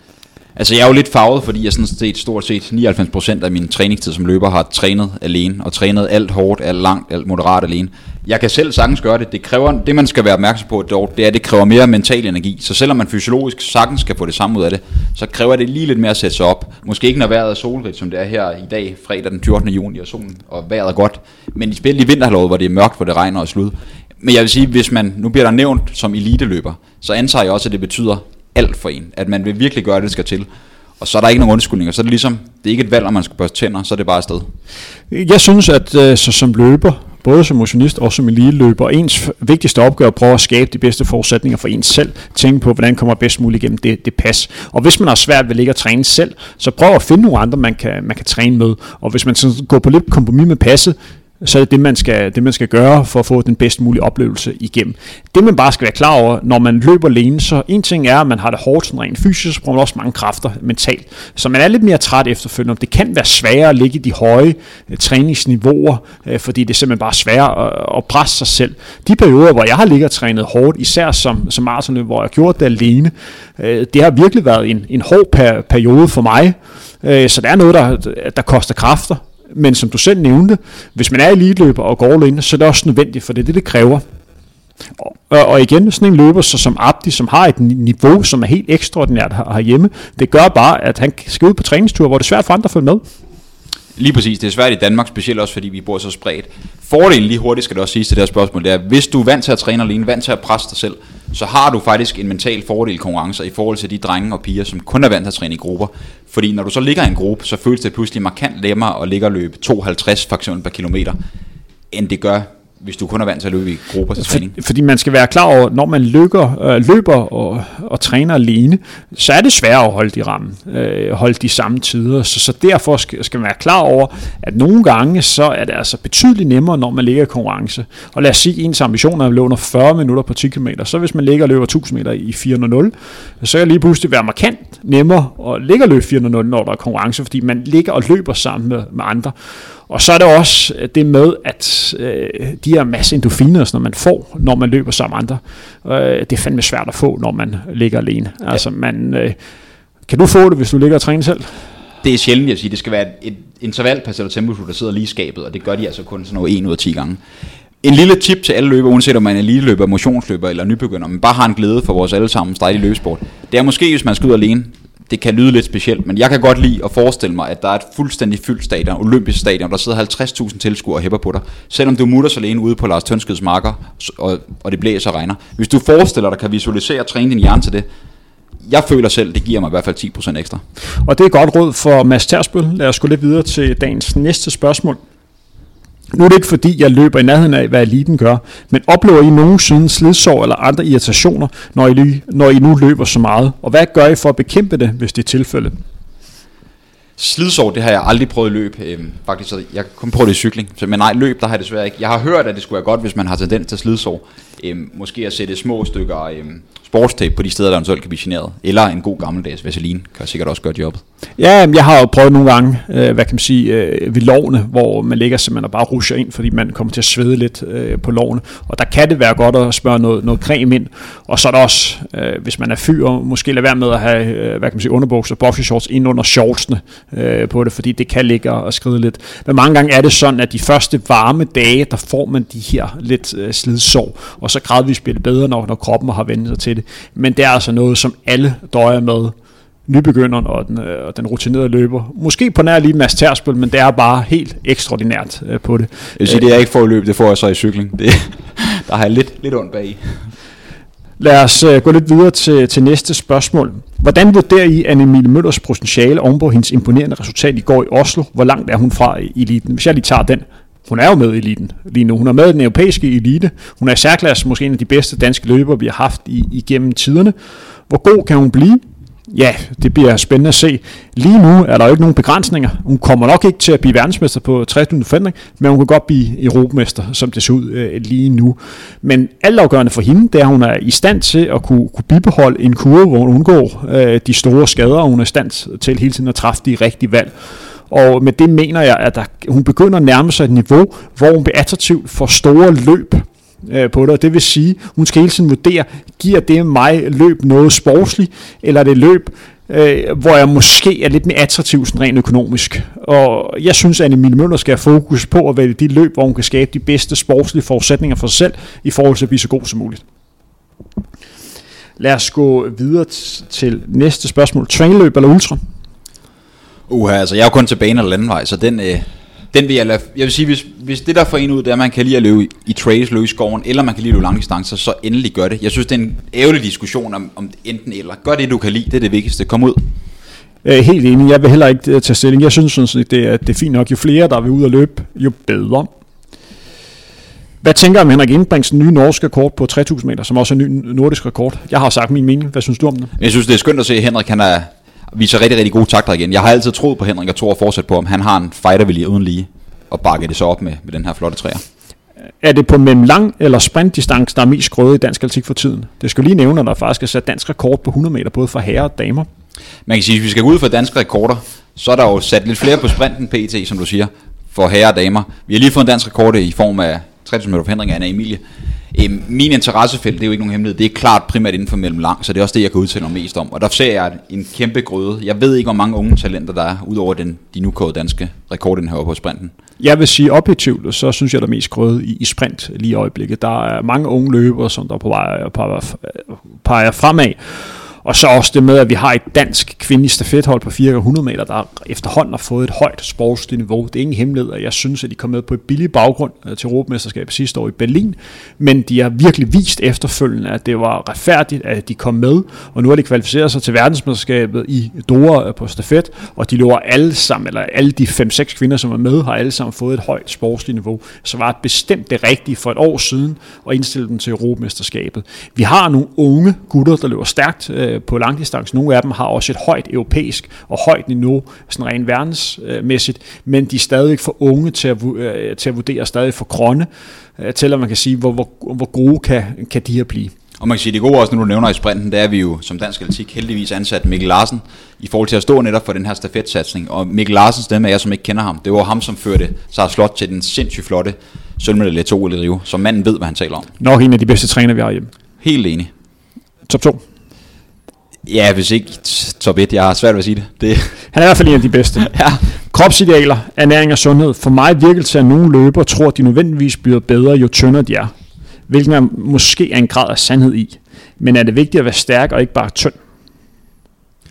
Altså jeg er jo lidt farvet, fordi jeg sådan set stort set nioghalvfems procent af min træningstid som løber har trænet alene, og trænet alt hårdt, alt langt, alt moderat alene. Jeg kan selv sagtens gøre det. Det kræver, det man skal være opmærksom på, det er, at det kræver mere mental energi. Så selvom man fysiologisk sagtens skal få det samme ud af det, så kræver det lige lidt mere at sætte sig op. Måske ikke når vejret er solrigt, som det er her i dag, fredag den fjortende juni, og solen og vejret er godt. Men i spil i vinterhalvåret, hvor det er mørkt, hvor det regner og slud. Men jeg vil sige, hvis man, nu bliver der nævnt som eliteløber, så antager jeg også, at det betyder alt for en. At man vil virkelig gøre det, det skal til. Og så er der ikke nogen undskyldninger. Så er det ligesom, det er ikke et valg, om man skal børste tænder, så er det bare afsted. Jeg synes, at øh, så som løber, både som motionist og som eliteløber, ens vigtigste opgave er at prøve at skabe de bedste forudsætninger for ens selv. Tænke på, hvordan kommer bedst muligt igennem det, det pas. Og hvis man har svært ved at ligge og træne selv, så prøv at finde nogle andre, man kan, man kan træne med. Og hvis man sådan går på lidt kompromis med passet, så er det det man, skal, det, man skal gøre for at få den bedst mulige oplevelse igennem. Det, man bare skal være klar over, når man løber alene, så en ting er, at man har det hårdt sådan rent fysisk, så bruger man også mange kræfter mentalt. Så man er lidt mere træt efterfølgende. Det kan være sværere at ligge i de høje uh, træningsniveauer, uh, fordi det er simpelthen bare sværere at, at presse sig selv. De perioder, hvor jeg har ligget og trænet hårdt, især som, som maratonløb, hvor jeg har gjort det alene, uh, det har virkelig været en, en hård per, periode for mig. Uh, så der er noget, der, der koster kræfter. Men som du selv nævnte, hvis man er eliteløber og går alene, så er det også nødvendigt, for det er det, det kræver. Og, og igen, sådan en løber så som Abdi, som har et niveau, som er helt ekstraordinært herhjemme, det gør bare, at han skal ud på træningstur, hvor det er svært for andre at følge med. Lige præcis, det er svært i Danmark, specielt også fordi vi bor så spredt. Fordelen lige hurtigt skal det også sige til det her spørgsmål, det er, hvis du er vant til at træne alene, vant til at presse dig selv, så har du faktisk en mental fordel konkurrencer i forhold til de drenge og piger, som kun er vant til at træne i grupper. Fordi når du så ligger i en gruppe, så føles det pludselig markant nemmere at ligge og løbe to komma halvtreds for eksempel per kilometer, end det gør, hvis du kun er vant til at løbe i grupper til træning. For, fordi man skal være klar over, når man lykker, øh, løber og, og træner alene, så er det svært at holde de rammen, øh, holde de samme tider. Så, så derfor skal, skal man være klar over, at nogle gange, så er det altså betydeligt nemmere, når man ligger i konkurrence. Og lad os sige, at ens ambition er at løbe under fyrre minutter på ti kilometer. Så hvis man ligger og løber tusind meter i fire nul, så kan det lige pludselig være markant nemmere at ligge og løbe fire nul, når der er konkurrence, fordi man ligger og løber sammen med, med andre. Og så er det også det med, at øh, de her masse endorfiner, når man får, når man løber sammen med andre, øh, det er fandme svært at få, når man ligger alene. Ja. Altså, man, øh, kan du få det, hvis du ligger og træner selv? Det er sjældent, jeg siger. Det skal være et intervalpas eller tempo, der sidder lige i skabet, og det gør de altså kun sådan noget en ud af ti gange. En lille tip til alle løber, uanset om man er eliteløber, motionsløber eller nybegynder, men bare har en glæde for vores allesammen stejlige løbesport. Det er måske, hvis man skal ud alene, det kan lyde lidt specielt, men jeg kan godt lide at forestille mig, at der er et fuldstændig fyldt stadion, olympisk stadion, der sidder halvtreds tusind tilskuere og hæpper på dig, selvom du mutter alene ude på Lars Tønskeds marker, og, og det blæser og regner. Hvis du forestiller dig, kan visualisere og træne din hjerne til det, jeg føler selv, det giver mig i hvert fald ti procent ekstra. Og det er godt råd for Mads Tersbøl. Lad os gå lidt videre til dagens næste spørgsmål. Nu er det ikke fordi, jeg løber i nærheden af, hvad eliten gør, men oplever I nogensinde slidsår eller andre irritationer, når I, når I nu løber så meget? Og hvad gør I for at bekæmpe det, hvis det er tilfældet? Slidsår, det har jeg aldrig prøvet at løbe. Øhm, faktisk, så jeg kun prøvet det i cykling. Så, men nej, løb, der har jeg desværre ikke. Jeg har hørt, at det skulle være godt, hvis man har tendens til slidsår. Øhm, måske at sætte små stykker øhm, sportstape på de steder, der eventuelt kan blive generet. Eller en god gammeldags vaseline kan sikkert også gøre jobbet. Ja, jeg har jo prøvet nogle gange, øh, hvad kan man sige, øh, ved lovene, hvor man ligger simpelthen og bare rusher ind, fordi man kommer til at svede lidt øh, på lovene. Og der kan det være godt at smøre noget, noget creme ind. Og så er der også, øh, hvis man er fyr, måske lade være med at have, øh, hvad kan man sige, underbukser, boxershorts ind under shortsene øh, på det, fordi det kan ligge og skride lidt. Men mange gange er det sådan, at de første varme dage, der får man de her lidt øh, slidsår, og så gradvist bliver det bedre, når, når kroppen har vendt sig til det. Men det er altså noget, som alle døjer med. Nybegynderen og den, øh, og den rutinerede løber. Måske på nær lige Mads Tersbøl, men det er bare helt ekstraordinært øh, på det. Jeg vil sige, det er ikke for at løbe, det får jeg så i cykling. Det, der har jeg lidt, lidt ondt bag i. Lad os øh, gå lidt videre til, til næste spørgsmål. Hvordan vurderer I Anne-Emilie Møllers potentiale ovenpå hendes imponerende resultat i går i Oslo? Hvor langt er hun fra eliten? Hvis jeg lige tager den. Hun er jo med i eliten lige nu. Hun er med i den europæiske elite. Hun er i særklasse måske en af de bedste danske løbere, vi har haft i, igennem tiderne. Hvor god kan hun blive? Ja, det bliver spændende at se. Lige nu er der jo ikke nogen begrænsninger. Hun kommer nok ikke til at blive verdensmester på tres minutter forhindring, men hun kan godt blive europamester, som det ser ud øh, lige nu. Men altafgørende for hende, det er, at hun er i stand til at kunne, kunne bibeholde en kurve, hvor hun undgår øh, de store skader, og hun er i stand til hele tiden at træffe de rigtige valg. Og med det mener jeg, at der, hun begynder at nærme sig et niveau, hvor hun bliver attraktiv for store løb på det, og det vil sige, hun skal hele tiden vurdere, giver det mig løb noget sportsligt, eller er det løb, øh, hvor jeg måske er lidt mere attraktiv sådan rent økonomisk. Og jeg synes, at Anne-Emilie Møller skal have fokus på at vælge de løb, hvor hun kan skabe de bedste sportslige forudsætninger for sig selv, i forhold til at blive så god som muligt. Lad os gå videre t- til næste spørgsmål. Trainløb eller ultra? Uh, altså jeg er jo kun til bane eller landvej, så den... Øh Den vil jeg lade, jeg vil sige, hvis, hvis det der får en ud, det er, at man kan lide at løbe i, i trails, løbe i skoven, eller man kan lide at løbe lange distancer, så endelig gør det. Jeg synes, det er en ærgerlig diskussion om, om enten eller. Gør det, du kan lide, det er det vigtigste. Kom ud. Jeg er helt enig. Jeg vil heller ikke tage stilling. Jeg synes sådan, det er, det er fint nok. Jo flere, der vil ud og løbe, jo bedre. Hvad tænker du om Henrik Ingebrigtsens nye norske rekord på tre tusind meter, som også er en ny nordisk rekord? Jeg har sagt min mening. Hvad synes du om det? Jeg synes, det er skønt at se, at Henrik han er, viser rigtig, rigtig gode takter igen. Jeg har altid troet på Henrik og tror at fortsætte på, om han har en fightervilje uden lige. Og bakke det så op med, med den her flotte træer. Er det på mellem lang eller sprintdistance, der er mest grøde i dansk atletik for tiden? Det skal lige nævne, at der faktisk er sat dansk rekord på hundrede meter, både for herrer og damer. Man kan sige, at hvis vi skal gå ud for danske rekorder, så er der jo sat lidt flere på sprinten P T, som du siger, for herrer og damer. Vi har lige fået en dansk rekord i form af tre tusind meter forhindring af Anne-Emilie. Min interessefelt, det er jo ikke nogen hemmelighed, det er klart primært inden for mellem lang, så det er også det, jeg kan udtale mig mest om. Og der ser jeg en kæmpe grøde. Jeg ved ikke, hvor mange unge talenter der er, udover den, de nu kårede danske rekordindhaver på sprinten. Jeg vil sige objektivt, så synes jeg, der er mest grøde i, i sprint lige i øjeblikket. Der er mange unge løbere, som der på vej peger fremad. Og så også det med, at vi har et dansk kvindeligt stafethold på fire hundrede meter, der efterhånden har fået et højt sportsligt niveau. Det er ingen hemmelighed, at jeg synes, at de kom med på et billig baggrund til Europamesterskabet sidste år i Berlin. Men de har virkelig vist efterfølgende, at det var retfærdigt, at de kom med. Og nu har de kvalificeret sig til verdensmesterskabet i Doha på stafet. Og de løber alle sammen, eller alle de fem seks kvinder, som er med, har alle sammen fået et højt sportsligt niveau. Så var det bestemt det rigtige for et år siden at indstille dem til Europamesterskabet. Vi har nogle unge gutter, der løber stærkt på langdistance. Nogle af dem har også et højt europæisk og højt niveau, sådan rent verdensmæssigt, men de er stadig for unge til at, til at vurdere, stadig for grønne, til at man kan sige, hvor, hvor, hvor gode kan, kan de her blive. Og man kan sige, det gode også, når du nævner i sprinten, det er vi jo som dansk atletik heldigvis ansat Mikkel Larsen i forhold til at stå netop for den her stafetsatsning. Og Mikkel Larsens stemme, jeg som ikke kender ham, det var ham, som førte sig slot til den sindssygt flotte sølvmedalje til O L i Rio, så manden ved, hvad han taler om. Nok en af de bedste træner, vi har hjemme. Helt enig. Top to. Ja, hvis ikke top et. Jeg har svært ved at sige det. det. Han er i hvert fald en af de bedste. Ja. Kropsidealer, ernæring og sundhed. For mig virker det til, at nogle løbere tror, at de nødvendigvis bliver bedre, jo tyndere de er. Hvilken er måske er en grad af sandhed i. Men er det vigtigt at være stærk og ikke bare tynd?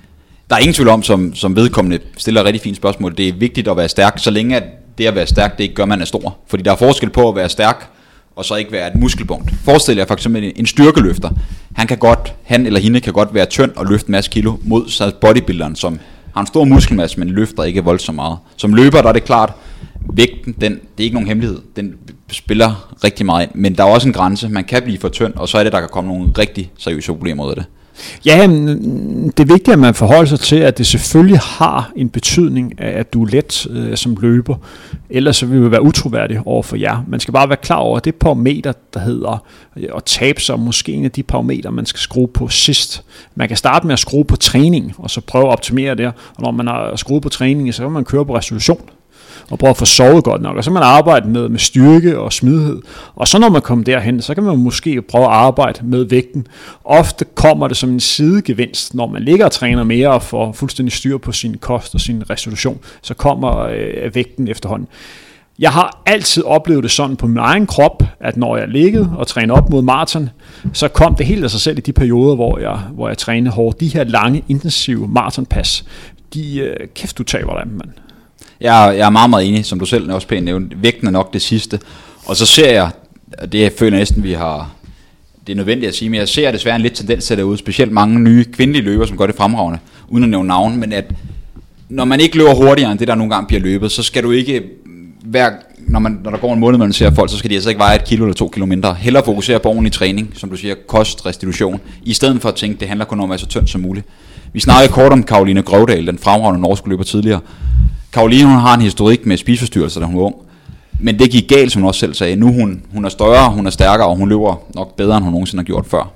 der er ingen tvivl om, som, som vedkommende stiller et rigtig fint spørgsmål. Det er vigtigt at være stærk, så længe at det at være stærk, det ikke gør, man er stor. Fordi der er forskel på at være stærk, og så ikke være et muskelpunkt. Forestil jer for eksempel en styrkeløfter. Han kan godt, han eller hende kan godt være tynd og løfte en masse kilo mod sig bodybuilderen, som har en stor muskelmasse, men løfter ikke voldsomt meget. Som løber, der er det klart, vægten, den, det er ikke nogen hemmelighed. Den spiller rigtig meget ind, men der er også en grænse. Man kan blive for tynd, og så er det, der kan komme nogle rigtig seriøse problemer ud af det. Ja, det er vigtigt, at man forholder sig til, at det selvfølgelig har en betydning, at du er let øh, som løber. Ellers så vil vi være utroværdige over for jer. Man skal bare være klar over, at det parameter, der hedder at tabe sig, måske en af de parametre, man skal skrue på sidst. Man kan starte med at skrue på træning, og så prøve at optimere det. Og når man har skruet på træning, så kan man køre på resolution og prøve at få sovet godt nok, og så kan man arbejde med, med styrke og smidighed. Og så når man kommer derhen, så kan man måske prøve at arbejde med vægten. Ofte kommer det som en sidegevinst, når man ligger og træner mere og får fuldstændig styr på sin kost og sin resolution, så kommer øh, vægten efterhånden. Jeg har altid oplevet det sådan på min egen krop, at når jeg liggede og trænede op mod maraton, så kom det helt af sig selv i de perioder, hvor jeg, hvor jeg trænede hårdt. De her lange, intensive maratonpas, de øh, kæft du taber dem, mand. Jeg, jeg er meget, meget enig, som du selv også pænt nævnte. Vægten er nok det sidste. Og så ser jeg, og det jeg føler næsten, vi har, det er nødvendigt at sige, men jeg ser desværre en lidt tendens til derude, specielt mange nye kvindelige løbere, som gør det fremragende, uden at nævne navn, men at når man ikke løber hurtigere end det, der nogle gange bliver løbet, så skal du ikke, hver, når, man, når der går en måned, man ser folk, så skal de altså ikke veje et kilo eller to kilo mindre. Hellere fokusere på ordentlig træning, som du siger, kost, restitution, i stedet for at tænke, det handler kun om at være så tynd som muligt. Vi snakkede kort om Caroline Grøvdal, den fremragende norske løber tidligere. Caroline, hun har en historik med spiseforstyrrelser, da hun var ung. Men det gik galt, som hun også selv sagde. Nu hun, hun er større, hun er stærkere, og hun løber nok bedre, end hun nogensinde har gjort før.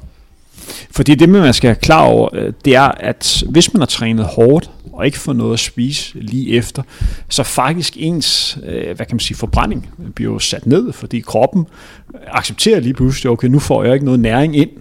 Fordi det, man skal have klar over, det er, at hvis man har trænet hårdt, og ikke får noget at spise lige efter, så faktisk ens, hvad kan man sige, forbrænding bliver jo sat ned, fordi kroppen accepterer lige pludselig, okay, nu får jeg ikke noget næring ind,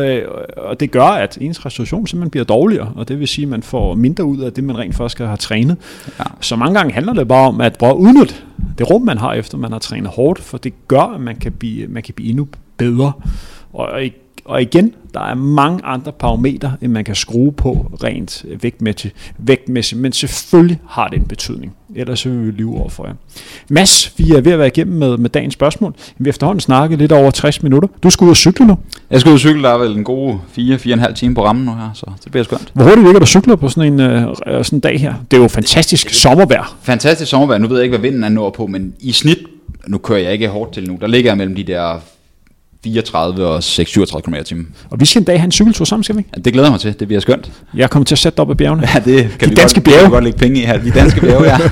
og det gør, at ens restitution simpelthen bliver dårligere, og det vil sige, at man får mindre ud af det, man rent faktisk har trænet. Ja. Så mange gange handler det bare om at prøve at udnytte det rum, man har, efter man har trænet hårdt, for det gør, at man kan blive, man kan blive endnu bedre. Og, og igen, der er mange andre parametre, end man kan skrue på rent vægtmæssigt, vægtmæssigt, men selvfølgelig har det en betydning. Ellers vil vi lyve over for jer. Mads, vi er ved at være igennem med, med dagens spørgsmål. Vi har efterhånden snakket lidt over tres minutter. Du skal ud og cykle nu. Jeg skal ud og cykle, der er vel en god fire til fire komma fem time på rammen nu her, så det bliver skønt. Hvor hurtigt ligger du cykler på sådan en, øh, sådan en dag her? Det er jo fantastisk det, det, sommervejr. Fantastisk sommervejr. Nu ved jeg ikke, hvad vinden er nord på, men i snit, nu kører jeg ikke hårdt til nu, der ligger jeg mellem de der fireogtredive og seks syvogtredive kilometer i timen. Og vi skal en dag have en cykeltur sammen, skal vi? Ja, det glæder jeg mig til. Det bliver skønt. Jeg kommer til at sætte dig op ad bjergene. Ja, det kan de vi danske godt, bjerge. kan vi godt lægge penge i her. De danske bjerge, ja.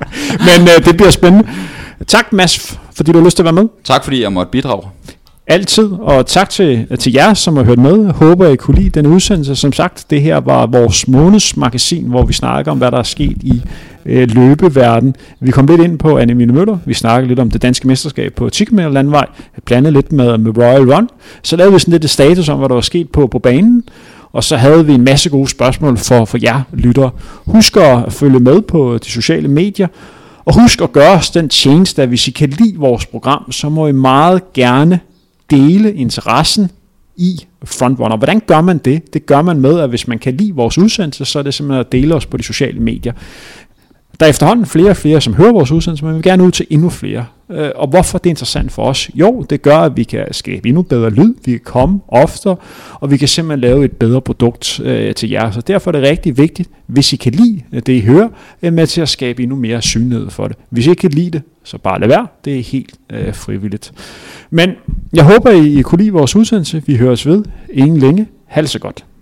Men øh, det bliver spændende. Tak, Mads, fordi du har lyst til at være med. Tak, fordi jeg måtte bidrage. Altid, og tak til, til jer, som har hørt med. Jeg håber, I kunne lide den udsendelse. Som sagt, det her var vores månedsmagasin, hvor vi snakker om, hvad der er sket i øh, løbeverden. Vi kom lidt ind på Anne Mille Møller. Vi snakkede lidt om det danske mesterskab på ti kilometer landvej. Jeg blandede lidt med, med Royal Run. Så lavede vi sådan lidt et status om, hvad der var sket på, på banen. Og så havde vi en masse gode spørgsmål for, for jer lyttere. Husk at følge med på de sociale medier. Og husk at gøre os den tjeneste, at hvis I kan lide vores program, så må I meget gerne dele interessen i Frontrunner. Hvordan gør man det? Det gør man med, at hvis man kan lide vores udsendelse, så er det simpelthen at dele os på de sociale medier. Der er efterhånden flere og flere, som hører vores udsendelse, men vi vil gerne ud til endnu flere. Og hvorfor det er interessant for os? Jo, det gør, at vi kan skabe endnu bedre lyd, vi kan komme oftere, og vi kan simpelthen lave et bedre produkt øh, til jer. Så derfor er det rigtig vigtigt, hvis I kan lide det, I hører, med til at skabe endnu mere synlighed for det. Hvis I ikke kan lide det, så bare lad være. Det er helt øh, frivilligt. Men jeg håber, I kunne lide vores udsendelse. Vi høres ved. Ingen længe. Ha' det så godt.